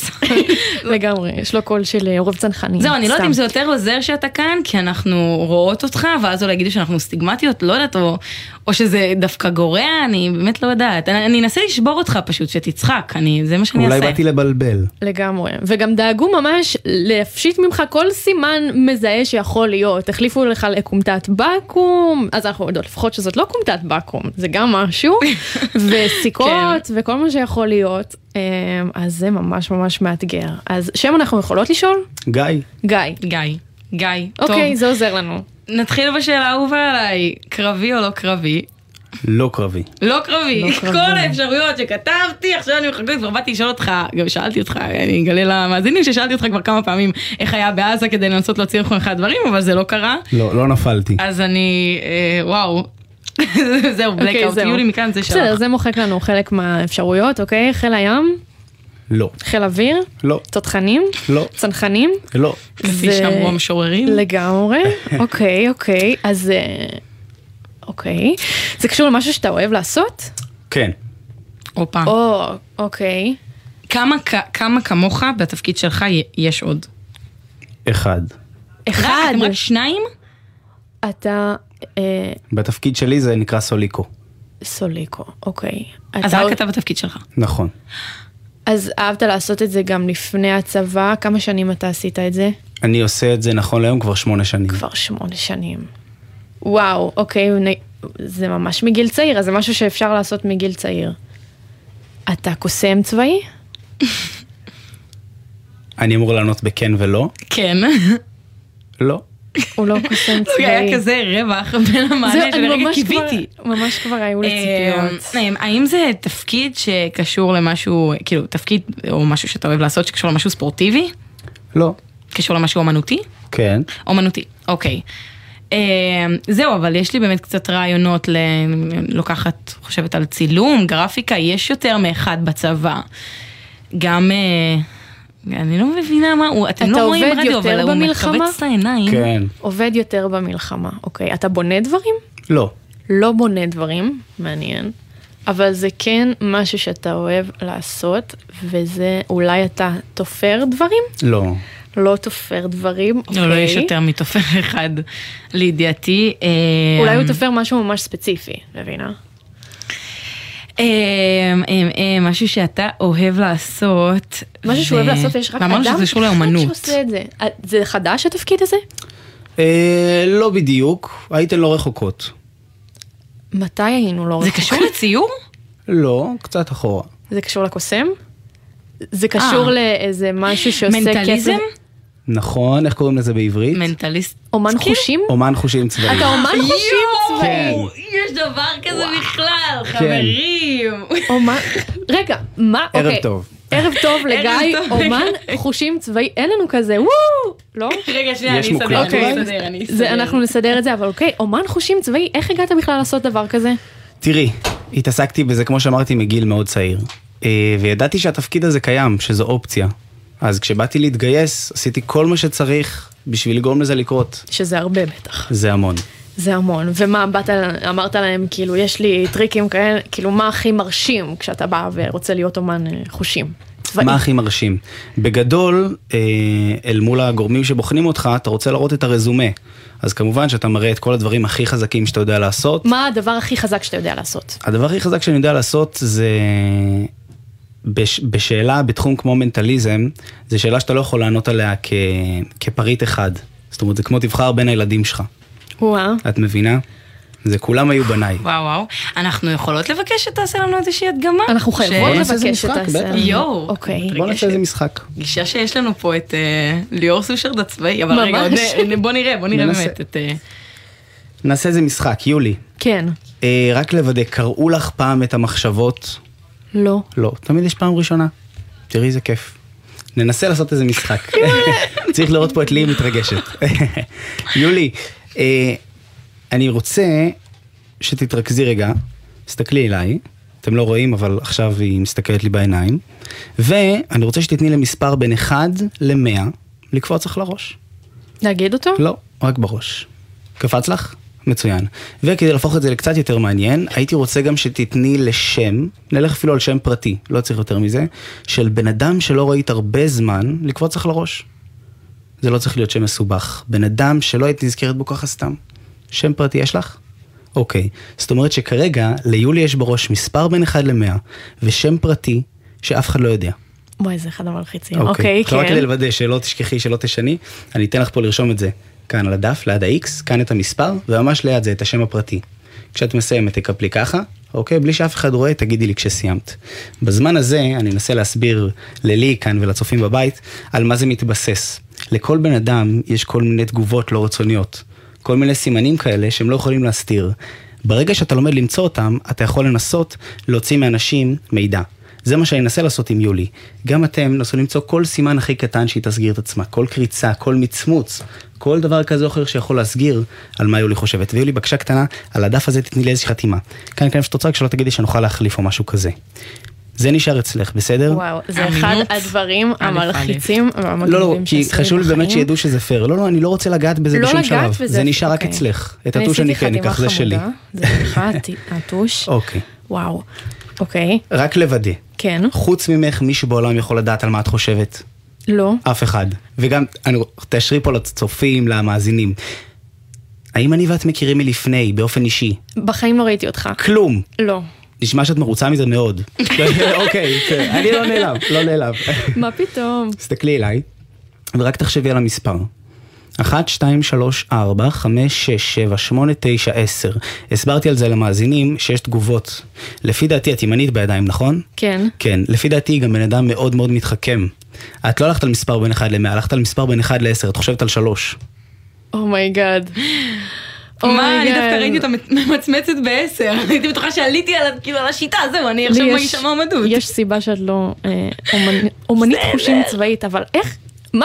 לגמרי, יש לו קול של עורב צנחני. זהו, אני לא יודעת אם זה יותר עוזר שאתה כאן, כי אנחנו רואות אותך, ואז אולי יגידו שאנחנו סטיגמטיות, לא יודעת, או שזה דווקא גורע, אני באמת לא יודעת. אני אנסה לשבור אותך פשוט, שתצחק, זה מה שאני אעשה. אולי באתי לבלבל. לגמרי. וגם דאגו ממש להפשיט ממך כל סימן מזהה שיכול להיות. החליפו לך לקומטת בקום, אז אנחנו יודעות לפחות שזאת לא קומטת בקום, זה גם משהו, וסיכות, וכל מה שיכול להיות. אז זה ממש ממש מאתגר. אז שם אנחנו יכולות לשאול? גיא. גיא. אוקיי, זה עוזר לנו. נתחיל בשאלה אהובה עליי, קרבי או לא קרבי? לא קרבי. לא קרבי. כל האפשרויות שכתבתי, עכשיו אני מחכה, כבר באתי לשאול אותך, גם שאלתי אותך, אני אגלה למאזינים ששאלתי אותך כבר כמה פעמים איך היה בעזה כדי לנסות להוציא לך אחד דברים, אבל זה לא קרה. לא נפלתי. אז אני, וואו. זהו, בלקאוט, יולי מכאן זה שלך. בסדר, זה מוחק לנו חלק מהאפשרויות, אוקיי? חיל הים? לא. חיל אוויר? לא. תותחנים? לא. צנחנים? לא. כפי שאמרו המשוררים? לגמרי. אוקיי, אז... אוקיי. זה קשור למשהו שאתה אוהב לעשות? כן. אופה. אוקיי. כמה כמוך בתפקיד שלך יש עוד? אחד. אתם רק שניים? אתה... בתפקיד שלי זה נקרא סוליקו. סוליקו, אוקיי. אז רק אתה בתפקיד שלך. נכון. אז אהבת לעשות את זה גם לפני הצבא? כמה שנים אתה עשית את זה? אני עושה את זה נכון להיום כבר 8 שנים. כבר 8 שנים. וואו, אוקיי, זה ממש מגיל צעיר, אז זה משהו שאפשר לעשות מגיל צעיר. אתה קוסם צבאי? אני אמור לענות בכן ולא? כן. לא. הוא לא קוסם צבאי. זה היה כזה רווח בין המענה שלרגע קיוויתי. ממש כבר היו לי ציפיות. האם זה תפקיד שקשור למשהו, כאילו תפקיד או משהו שאתה אוהב לעשות שקשור למשהו ספורטיבי? לא. קשור למשהו אומנותי? כן. אומנותי, אוקיי. זהו, אבל יש לי באמת קצת רעיונות לוקחת, חושבת על צילום, גרפיקה, יש יותר מאחד בצבא. גם... אני לא מבינה מה הוא, אתם לא רואים רדיו, אבל הוא מקבץ את העיניים. כן. עובד יותר במלחמה, אוקיי. אתה בונה דברים? לא. לא בונה דברים, מעניין. אבל זה כן משהו שאתה אוהב לעשות, וזה אולי אתה תופר דברים? לא. לא תופר דברים, אוקיי. לא, יש יותר מתופר אחד לידיעתי. אולי הוא תופר משהו ממש ספציפי, מבינה? משהו שאתה אוהב לעשות. משהו שהוא אוהב לעשות, יש רק אדם שזה קשור לאמנות. שעושה את זה. זה חדש התפקיד הזה? לא בדיוק, הייתן לא רחוקות. מתי היינו לא רחוקות? זה קשור לציור? לא, קצת אחורה. זה קשור לקוסם? זה קשור לאיזה משהו שעושה כסף? מנטליזם? נכון, איך קוראים לזה בעברית? מנטליסט. אומן חושים? אומן חושים צבאי. אתה אומן חושים צבאי? יש דבר כזה בכלל, חברים. רגע, מה? ערב טוב. ערב טוב לגיא, אומן חושים צבאי, אין לנו כזה, וואו! לא? רגע, שנייה, אני אסדר. אנחנו נסדר את זה, אבל אוקיי, אומן חושים צבאי, איך הגעת בכלל לעשות דבר כזה? תראי, התעסקתי בזה, כמו שאמרתי, מגיל מאוד צעיר. וידעתי שהתפקיד הזה קיים, שזו אופציה. אז כשבאתי להתגייס, עשיתי כל מה שצריך בשביל לגרום לזה לקרות. שזה הרבה בטח. זה המון. זה המון. ומה, אמרת להם, כאילו, יש לי טריקים כאלה, כאילו, מה הכי מרשים כשאתה בא ורוצה להיות אומן חושים? צבאי. מה הכי מרשים? בגדול, אל מול הגורמים שבוחנים אותך, אתה רוצה לראות את הרזומה. אז כמובן שאתה מראה את כל הדברים הכי חזקים שאתה יודע לעשות. מה הדבר הכי חזק שאתה יודע לעשות? הדבר הכי חזק שאני יודע לעשות זה... בשאלה, בתחום כמו מנטליזם, זה שאלה שאתה לא יכול לענות עליה כפריט אחד. זאת אומרת, זה כמו תבחר בין הילדים שלך. וואו. את מבינה? זה כולם היו בניי. וואו. אנחנו יכולות לבקש שתעשה לנו איזושהי הדגמה? אנחנו חייבות לבקש שתעשה לנו. יואו. אוקיי. בוא נעשה איזה משחק. גישה שיש לנו פה את ליאור סושרד הצבאי, אבל רגע, בוא נראה באמת את... נעשה איזה משחק, יולי. כן. רק לוודא, קראו לך פעם את המחשבות? לא. לא, תמיד יש פעם ראשונה. תראי איזה כיף. ננסה לעשות איזה משחק. צריך לראות פה את לי מתרגשת. יולי, אני רוצה שתתרכזי רגע, תסתכלי אליי, אתם לא רואים, אבל עכשיו היא מסתכלת לי בעיניים, ואני רוצה שתתני למספר בין 1 ל-100, לקפוץ לך לראש. להגיד אותו? לא, רק בראש. קפץ לך? מצוין. וכדי להפוך את זה לקצת יותר מעניין, הייתי רוצה גם שתתני לשם, נלך אפילו על שם פרטי, לא צריך יותר מזה, של בן אדם שלא ראית הרבה זמן, לקפוץ לך לראש. זה לא צריך להיות שם מסובך. בן אדם שלא היית נזכרת בו ככה סתם. שם פרטי יש לך? אוקיי. זאת אומרת שכרגע ליולי יש בראש מספר בין 1 ל-100, ושם פרטי שאף אחד לא יודע. וואי, זה אחד המלחיצים. אוקיי, כן. רק כדי לוודא שלא תשכחי, שלא תשני, אני אתן לך פה לרשום את זה. כאן על הדף, ליד ה-X, כאן את המספר, וממש ליד זה את השם הפרטי. כשאת מסיימת, תקפלי ככה, אוקיי? בלי שאף אחד רואה, תגידי לי כשסיימת. בזמן הזה, אני אנסה להסביר ללי כאן ולצופים בבית, על מה זה מתבסס. לכל בן אדם יש כל מיני תגובות לא רצוניות. כל מיני סימנים כאלה שהם לא יכולים להסתיר. ברגע שאתה לומד למצוא אותם, אתה יכול לנסות להוציא מאנשים מידע. זה מה שאני אנסה לעשות עם יולי. גם אתם נסו למצוא כל סימן הכי קטן שהיא תסגיר את עצמה, כל קריצה, כל מצמוץ, כל דבר כזה או אחר שיכול להסגיר על מה יולי חושבת. ויולי, בקשה קטנה, על הדף הזה תתני לי איזושהי חתימה. כאן שאת רוצה, כשלא תגידי שנוכל להחליף או משהו כזה. זה נשאר אצלך, בסדר? וואו, זה אחד הדברים המלחיצים והמגניבים לא, כי חשוב לי באמת שידעו שזה פייר. לא, אני לא רוצה לגעת בזה בשום שלב. זה נשאר רק אצלך. את הטוש אני כן, אקח זה שלי. זה נשאר הטוש. אוקיי. וואו. אוקיי. רק לוודא. כן. חוץ ממך, מישהו בעולם יכול לדעת על מה את חושבת? לא. אף אחד. וגם, תשרי פה לצופים, למאזינים. האם אני ואת מכירים מלפני, באופן אישי? בחיים לא ראיתי אותך. כלום. לא. נשמע שאת מרוצה מזה מאוד. אוקיי, אני לא נעלב. מה פתאום? תסתכלי אליי, ורק תחשבי על המספר. 1, 2, 3, 4, 5, 6, 7, 8, 9, 10. הסברתי על זה למאזינים שיש תגובות. לפי דעתי את ימנית בידיים, נכון? כן. כן, לפי דעתי גם בן אדם מאוד מאוד מתחכם. את לא הלכת על מספר בין 1 ל-100, הלכת על מספר בין 1 ל-10, את חושבת על 3. אומייגאד. מה, אני דווקא ראיתי אותה ממצמצת ב10. הייתי בטוחה שעליתי על השיטה, זהו, אני עכשיו מגישה מעמדות. יש סיבה שאת לא אומנית חושים צבאית, אבל איך? מה?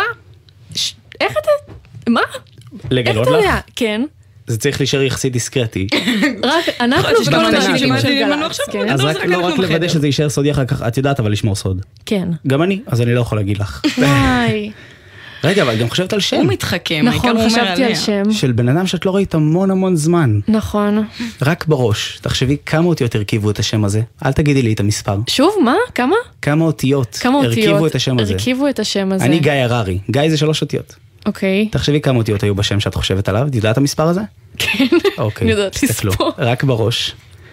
איך אתה? מה? לגלות לך? לך? כן. זה צריך להישאר יחסית דיסקרטי. רק אנחנו כל השירים של גלץ. אז לא רק לוודא שזה יישאר סודי אחר כך, את יודעת אבל לשמור סוד. כן. גם אני, אז אני לא יכול להגיד לך. וואי. רגע, אבל גם חושבת על שם. הוא מתחכם, נכון, חשבתי על שם. של בן אדם שאת לא ראית המון זמן. נכון. רק בראש, תחשבי כמה אותיות הרכיבו את השם הזה. אל תגידי לי את המספר. שוב, מה? כמה? כמה אותיות הרכיבו את השם הזה. הרכיבו את השם הזה. אני גיא הררי. גיא זה 3 אותיות. אוקיי. תחשבי כמה אותיות היו בשם שאת חושבת עליו. את יודעת המספר הזה? כן. אוקיי. יודעת לספור. רק בראש.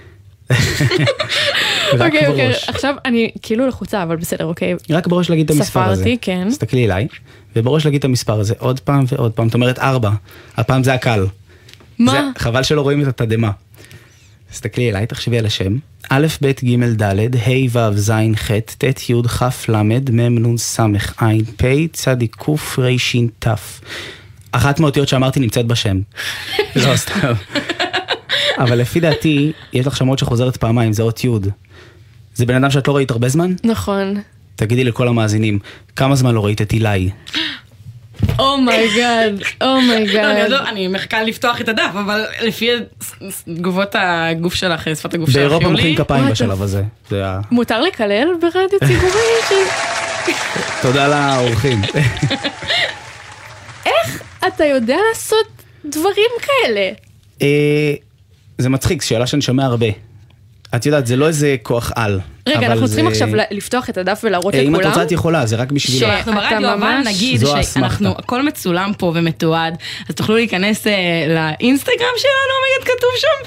אוקיי, עכשיו אני כאילו לחוצה, אבל בסדר, אוקיי. רק בראש להגיד את המספר הזה. ספרתי, כן. תסתכלי אליי, ובראש להגיד את המספר הזה עוד פעם ועוד פעם. זאת אומרת 4. הפעם זה הקל. מה? חבל שלא רואים את התדמה. תסתכלי אליי, תחשבי על השם. א', ב', ג', ד', ה', ו', ז', ח', ט', י', כ', ל', מ', נ', ס', ע', פ', צ', ק', ר', ש', ת'. אחת מהאותיות שאמרתי נמצאת בשם. לא, סתם. אבל לפי דעתי, יש לך שמות שחוזרת פעמיים, זה אות י'. זה בן אדם שאת לא ראית הרבה זמן? נכון. תגידי לכל המאזינים, כמה זמן לא ראית את אילי? אומייגאד. אני מחכה לפתוח את הדף, אבל לפי תגובות הגוף שלך, שפת הגוף שלך, יולי. באירופה מוחאים כפיים בשלב הזה. מותר לקלל ברדיו ציבורי? תודה לאורחים. איך אתה יודע לעשות דברים כאלה? זה מצחיק, שאלה שאני שומע הרבה. את יודעת, זה לא איזה כוח על. רגע, אנחנו צריכים עכשיו לפתוח את הדף ולהראות לכולם. אם את רוצה את יכולה, זה רק בשביל... שאנחנו ברדיו, אבל נגיד שהכל מצולם פה ומתועד, אז תוכלו להיכנס לאינסטגרם שלנו, מגד כתוב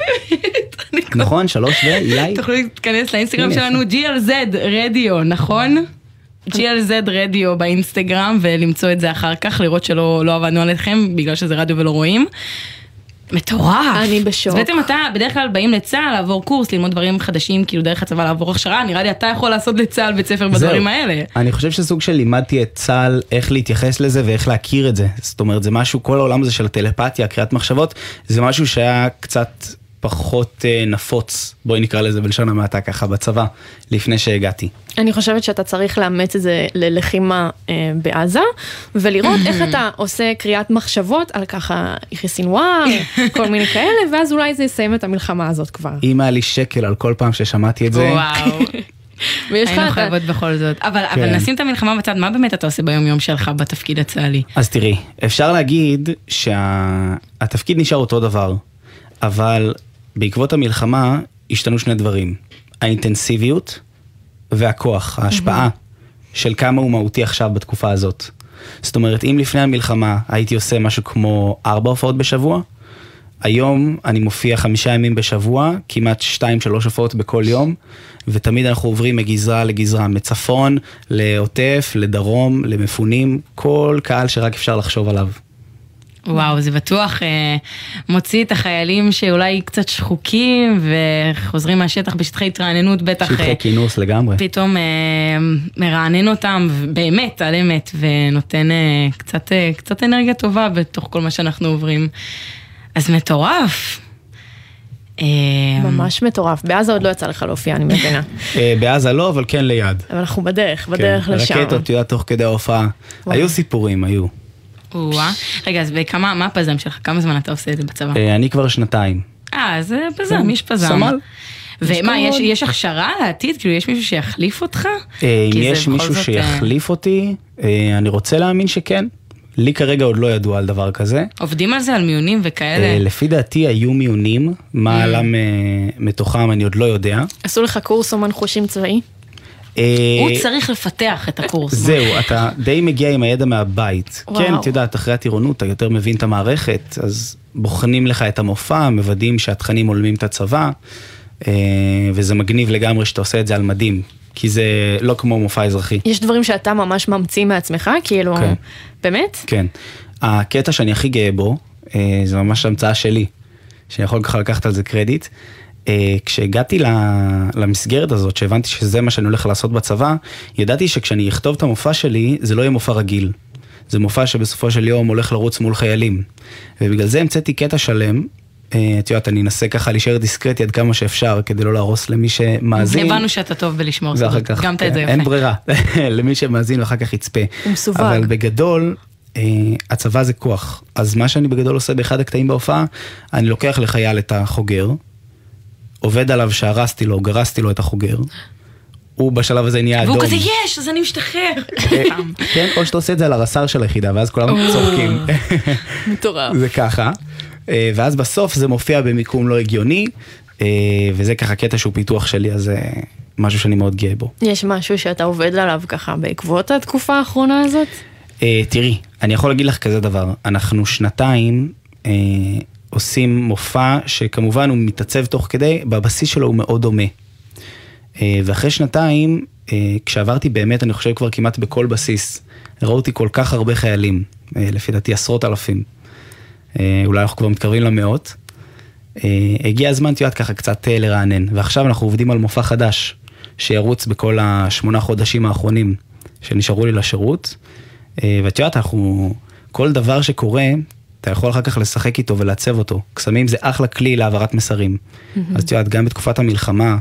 שם. נכון, 3 ואילי. תוכלו להיכנס לאינסטגרם שלנו, GLZ רדיו, נכון? GLZ רדיו באינסטגרם, ולמצוא את זה אחר כך, לראות שלא עבדנו עליכם, בגלל שזה רדיו ולא רואים. מטורף. אני בשוק. אז בעצם אתה בדרך כלל באים לצהל לעבור קורס, ללמוד דברים חדשים, כאילו דרך הצבא לעבור הכשרה, נראה לי אתה יכול לעשות לצהל בית ספר בדברים האלה. אני חושב שסוג של לימדתי את צהל איך להתייחס לזה ואיך להכיר את זה. זאת אומרת, זה משהו, כל העולם הזה של הטלפתיה, קריאת מחשבות, זה משהו שהיה קצת פחות נפוץ, בואי נקרא לזה בלשון המעטה ככה בצבא, לפני שהגעתי. אני חושבת שאתה צריך לאמץ את זה ללחימה בעזה, ולראות איך אתה עושה קריאת מחשבות על ככה יחיא סינואר, כל מיני כאלה, ואז אולי זה יסיים את המלחמה הזאת כבר. אם היה לי שקל על כל פעם ששמעתי את זה. וואו. היינו חייבות בכל זאת. אבל נשים את המלחמה בצד, מה באמת אתה עושה ביום יום שלך בתפקיד הצה"לי? אז תראי, אפשר להגיד שהתפקיד נשאר אותו דבר, אבל בעקבות המלחמה השתנו 2 דברים. האינטנסיביות והכוח, ההשפעה של כמה הוא מהותי עכשיו בתקופה הזאת. זאת אומרת, אם לפני המלחמה הייתי עושה משהו כמו 4 הופעות בשבוע, היום אני מופיע 5 ימים בשבוע, כמעט 2-3 הופעות בכל יום, ותמיד אנחנו עוברים מגזרה לגזרה, מצפון, לעוטף, לדרום, למפונים, כל קהל שרק אפשר לחשוב עליו. וואו, זה בטוח מוציא את החיילים שאולי קצת שחוקים וחוזרים מהשטח בשטחי התרעננות, בטח שטחי כינוס לגמרי. פתאום מרענן אותם באמת, על אמת, ונותן קצת אנרגיה טובה בתוך כל מה שאנחנו עוברים. אז מטורף. ממש מטורף. בעזה עוד לא יצא לך להופיע, אני מבינה. בעזה לא, אבל כן ליד. אבל אנחנו בדרך לשם. רקטות, יודעת, תוך כדי ההופעה. היו סיפורים, היו. רגע, אז מה הפזם שלך? כמה זמן אתה עושה את זה בצבא? אני כבר 2. אז פזם, יש פזם. סמל. ומה, יש הכשרה לעתיד? כאילו, יש מישהו שיחליף אותך? אם יש מישהו שיחליף אותי, אני רוצה להאמין שכן. לי כרגע עוד לא ידוע על דבר כזה. עובדים על זה, על מיונים וכאלה? לפי דעתי היו מיונים, מה עלה מתוכם אני עוד לא יודע. עשו לך קורס אומן חושים צבאי? הוא צריך לפתח את הקורס. זהו, אתה די מגיע עם הידע מהבית. כן, אתה יודעת, אחרי הטירונות אתה יותר מבין את המערכת, אז בוחנים לך את המופע, מוודאים שהתכנים עולמים את הצבא, וזה מגניב לגמרי שאתה עושה את זה על מדים. כי זה לא כמו מופע אזרחי. יש דברים שאתה ממש ממציא מעצמך, כאילו, באמת? כן. הקטע שאני הכי גאה בו, זה ממש המצאה שלי, שאני יכול ככה לקחת על זה קרדיט. כשהגעתי למסגרת הזאת, שהבנתי שזה מה שאני הולך לעשות בצבא, ידעתי שכשאני אכתוב את המופע שלי, זה לא יהיה מופע רגיל. זה מופע שבסופו של יום הולך לרוץ מול חיילים. ובגלל זה המצאתי קטע שלם, את יודעת, אני אנסה ככה להישאר דיסקרטי עד כמה שאפשר, כדי לא להרוס למי שמאזין. הבנו שאתה טוב בלשמור סודות, גם את זה יפה. אין ברירה, למי שמאזין ואחר כך יצפה. הוא מסווג. אבל בגדול, הצבא זה כוח. אז מה שאני בגדול עושה באחד הקטעים בהופעה, אני לוקח לחייל את החוגר, עובד עליו שהרסתי לו, גרסתי לו את החוגר, הוא בשלב הזה נהיה אדום. והוא כזה יש, אז אני משתחרר. כן, או שאתה עושה את זה על הרס"ר של היחידה, ואז כולם צוחקים. מטורף. זה ככה. ואז בסוף זה מופיע במיקום לא הגיוני, וזה ככה קטע שהוא פיתוח שלי, אז זה משהו שאני מאוד גאה בו. יש משהו שאתה עובד עליו ככה בעקבות התקופה האחרונה הזאת? תראי, אני יכול להגיד לך כזה דבר, אנחנו 2 עושים מופע שכמובן הוא מתעצב תוך כדי, בבסיס שלו הוא מאוד דומה. ואחרי 2, כשעברתי באמת, אני חושב כבר כמעט בכל בסיס, ראיתי כל כך הרבה חיילים, לפי דעתי 10,000. אולי אנחנו כבר מתקרבים למאות. הגיע הזמן תיאת ככה קצת לרענן, ועכשיו אנחנו עובדים על מופע חדש, שירוץ בכל 8 חודשים האחרונים, שנשארו לי לשירות, ותיאת, כל דבר שקורה, אתה יכול אחר כך לשחק איתו ולעצב אותו. קסמים זה אחלה כלי להעברת מסרים. אז תיאת, גם בתקופת המלחמה,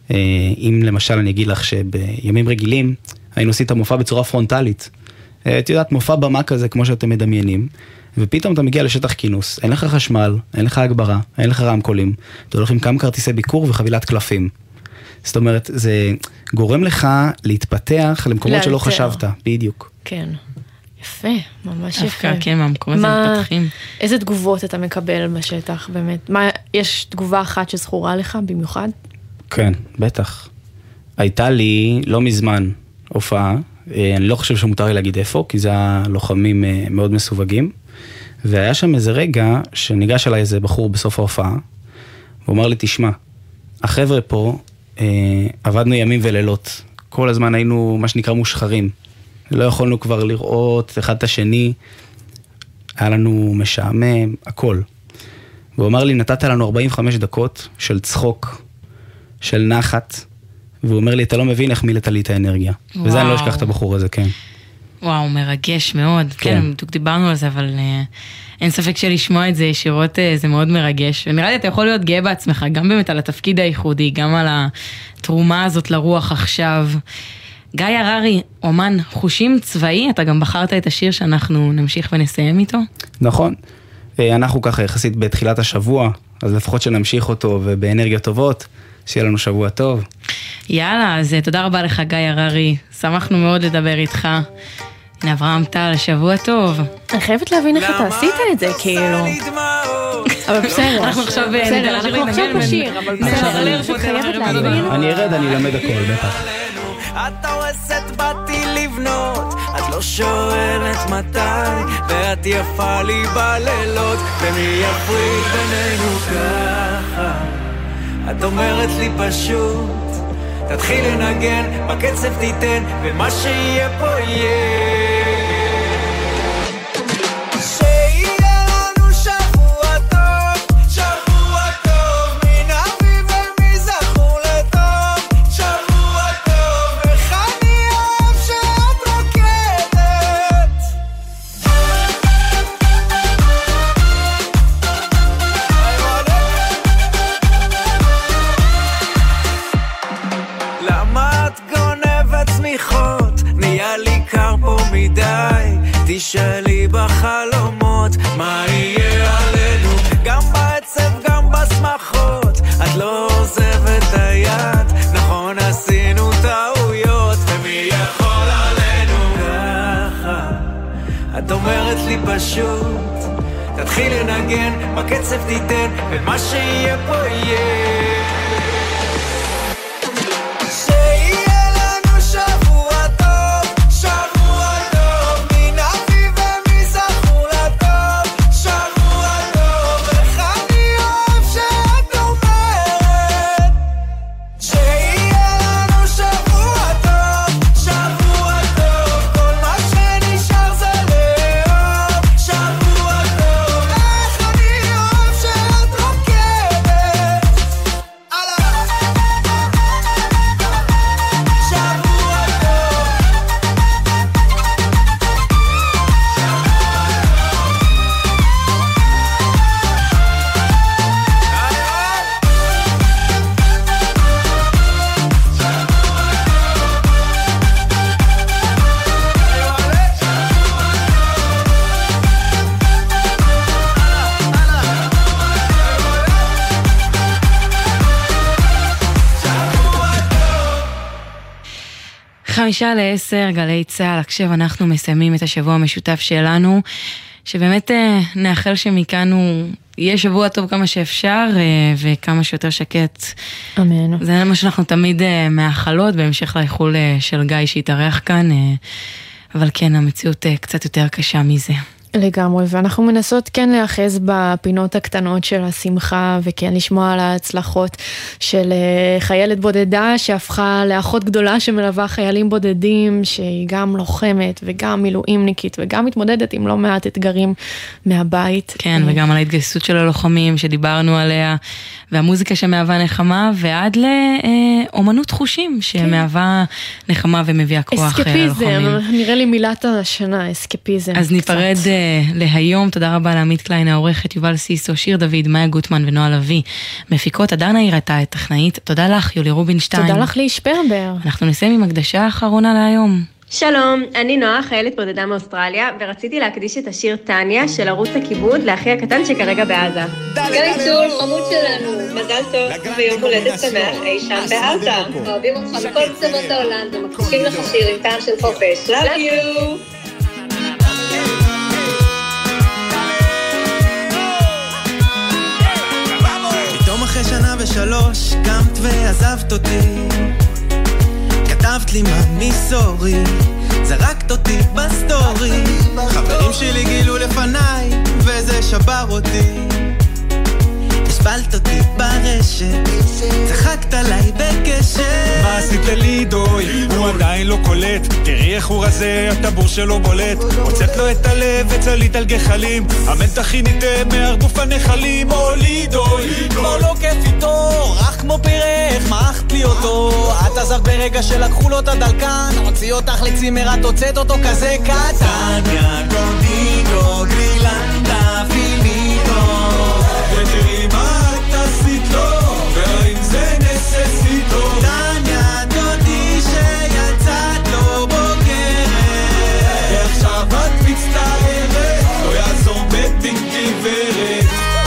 אם למשל אני אגיד לך שבימים רגילים, היינו עושים את המופע בצורה פרונטלית. את יודעת, מופע במה כזה, כמו שאתם מדמיינים, ופתאום אתה מגיע לשטח כינוס, אין לך חשמל, אין לך הגברה, אין לך רמקולים, אתה הולך עם כמה כרטיסי ביקור וחבילת קלפים. זאת אומרת, זה גורם לך להתפתח למקומות שלא חשבת, בדיוק. כן, יפה, ממש יפה. כן, מהמקומות זה מתפתחים. איזה תגובות אתה מקבל בשטח, באמת? יש תגובה אחת שזכורה לך במיוחד? כן, בטח. הייתה לי לא מזמן הופעה, אני לא חושב שמותר לי להגיד איפה, כי זה הלוחמים מאוד מסווגים, והיה שם איזה רגע שניגש אליי איזה בחור בסוף ההופעה, והוא אמר לי, תשמע, החבר'ה פה עבדנו ימים ולילות, כל הזמן היינו מה שנקרא מושחרים, לא יכולנו כבר לראות אחד את השני, היה לנו משעמם, הכל. והוא אמר לי, נתת לנו 45 דקות של צחוק, של נחת, והוא אומר לי, אתה לא מבין איך מילאת לי את האנרגיה. וזה אני לא אשכח את הבחור הזה, כן. וואו, מרגש מאוד. כן, בדיוק דיברנו על זה, אבל אין ספק שלשמוע את זה ישירות זה מאוד מרגש. ונראה לי, אתה יכול להיות גאה בעצמך, גם באמת על התפקיד הייחודי, גם על התרומה הזאת לרוח עכשיו. גיא הררי, אומן חושים צבאי, אתה גם בחרת את השיר שאנחנו נמשיך ונסיים איתו? נכון. אנחנו ככה יחסית בתחילת השבוע, אז לפחות שנמשיך אותו ובאנרגיות טובות, שיהיה לנו שבוע טוב. יאללה, אז תודה רבה לך גיא הררי, שמחנו מאוד לדבר איתך. הנה אברהם טל, שבוע טוב. אני חייבת להבין איך אתה עשית את זה, כאילו. אבל בסדר. אנחנו עכשיו בשיר, אבל בסדר, אני פשוט חייבת להבין. אני ארד, אני אלמד הכל, בטח. את הורסת באתי לבנות, את לא שואלת מתי, ואת יפה לי בלילות, ומי יפריד בינינו ככה. את אומרת לי פשוט, תתחיל לנגן, בקצב תיתן, ומה שיהיה פה יהיה. שלי בחלומות, מה יהיה עלינו? גם בעצב, גם בשמחות, את לא עוזבת היד, נכון עשינו טעויות, ומי יכול עלינו? ככה, את אומרת לי פשוט, תתחיל לנגן, בקצב תיתן, ומה שיהיה פה יהיה. חמישה ל10, גלי צהל. עכשיו אנחנו מסיימים את השבוע המשותף שלנו, שבאמת נאחל שמכאן הוא יהיה שבוע טוב כמה שאפשר וכמה שיותר שקט. אמן. זה מה שאנחנו תמיד מאחלות בהמשך לאיחול של גיא שהתארח כאן, אבל כן, המציאות קצת יותר קשה מזה. לגמרי, ואנחנו מנסות כן להאחז בפינות הקטנות של השמחה, וכן לשמוע על ההצלחות של חיילת בודדה שהפכה לאחות גדולה שמלווה חיילים בודדים, שהיא גם לוחמת וגם מילואימניקית וגם מתמודדת עם לא מעט אתגרים מהבית. כן, וגם על ההתגייסות של הלוחמים שדיברנו עליה, והמוזיקה שמהווה נחמה, ועד לאומנות חושים שמהווה נחמה ומביאה כוח ללוחמים. אסקפיזם, נראה לי מילת השנה, אסקפיזם. אז ניפרד להיום, תודה רבה לעמית קליין העורכת, יובל סיסו, שיר דוד, מאיה גוטמן ונועה לוי, מפיקות הדר נעירתה את טכנאית. תודה לך יולי רובינשטיין. תודה לך לי שפרבר. אנחנו נסיים עם הקדשה האחרונה להיום. שלום, אני נועה, חיילת בודדה מאוסטרליה, ורציתי להקדיש את השיר טניה של ערוץ הכיבוד לאחי הקטן שכרגע בעזה. גלי צור, חמוד שלנו, מזל טוב ויום הולדת שמח אי שם בעזה. אוהבים אותך בכל קצוות העולם ומקשיבים לך שיר עם טעם של חופש. Love you! פתאום אחרי שנה ושלוש קמת ועזבת אותי, כתבת לי ממי סורי, זרקת אותי בסטורי, חברים שלי גילו לפניי וזה שבר אותי, השפלת אותי ברשת, צחקת עליי בקשר. מה עשית לי דוי? הוא עדיין לא קולט, תראי איך הוא רזה, הטבור שלו בולט, הוצאת לו את הלב וצלית על גחלים, המתח ניתם מהרדוף הנחלים. אולי דוי, כבר לא כיף איתו, רך כמו פרח, מעכת לי אותו, את עזרת ברגע שלקחו לו את הדלקן, הוציא אותך לצימר, את הוצאת אותו כזה קטן. טניה קונדיגו גרילנדה פיליטו, ותראי מה את עשית לו, והאם זה נססיתו. טניה דודי שיצאת לו בוגרת, ועכשיו את מצטערת, לא יעזור בטינג גברת.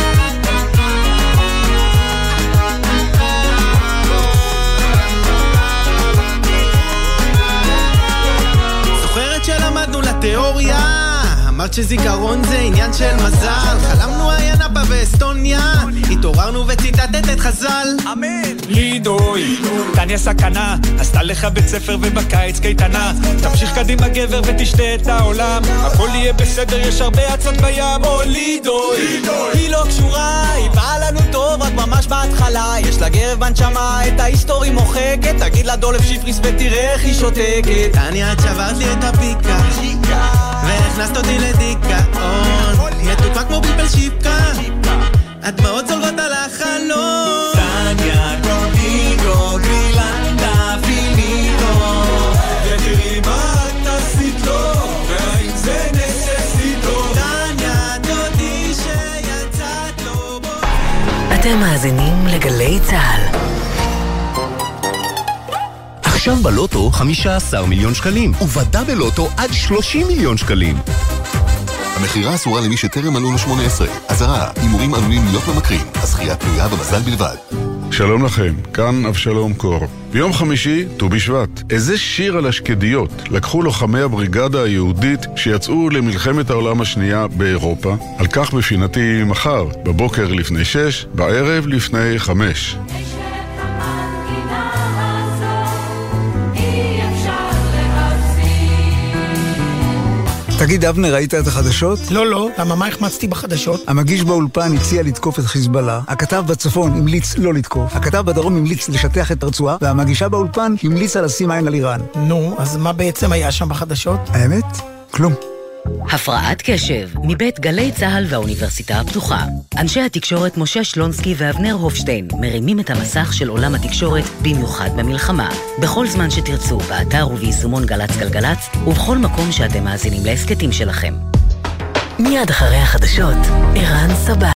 זוכרת שלמדנו לתיאוריה, אמרת שזיכרון זה עניין של מזל, חלמנו עיינה באסטוניה, התעוררנו וציטטת את חז"ל. אמן. לידוי, טניה סכנה, עשתה לך בית ספר ובקיץ קייטנה, תמשיך קדימה גבר ותשתה את העולם, הכל יהיה בסדר, יש הרבה עצות בים. או לידוי, היא לא קשורה, היא באה לנו טוב רק ממש בהתחלה, יש לה גרב בנשמה, את ההיסטורי מוחקת, תגיד לה דולף שיפריס ותראה איך היא שותקת. טניה, את שברת לי את הפיקה והכנסת אותי לדיכאון, יתוקה כמו בלבל שיפקה, הדמעות זולגות על החלום. טניה קונדיגו גרילנדה פיליטו, ותראי מה את עשית לו, והאם זה נססיתו. טניה דודי שיצאת לו בו. אתם מאזינים לגלי צהל. עכשיו בלוטו 15 מיליון שקלים, ובדאבל לוטו עד 30 מיליון שקלים. המחירה אסורה למי שטרם מלאו לו 18. אזהרה, הימורים עלולים להיות ממכרים. הזכייה תלויה במזל בלבד. שלום לכם, כאן אבשלום קור. ביום חמישי, ט"ו בשבט. איזה שיר על השקדיות לקחו לוחמי הבריגדה היהודית שיצאו למלחמת העולם השנייה באירופה. על כך בפינתי מחר, בבוקר לפני 6, בערב לפני 5. תגיד, אבנר, ראית את החדשות? לא, למה מה החמצתי בחדשות? המגיש באולפן הציע לתקוף את חיזבאללה, הכתב בצפון המליץ לא לתקוף, הכתב בדרום המליץ לשטח את הרצועה, והמגישה באולפן המליצה לשים עין על איראן. נו, אז מה בעצם היה שם בחדשות? האמת? כלום. הפרעת קשב, מבית גלי צהל והאוניברסיטה הפתוחה. אנשי התקשורת משה שלונסקי ואבנר הופשטיין מרימים את המסך של עולם התקשורת במיוחד במלחמה. בכל זמן שתרצו, באתר וביישומון גלץ גלגלץ, ובכל מקום שאתם מאזינים להסקטים שלכם. מיד אחרי החדשות, ערן סבא.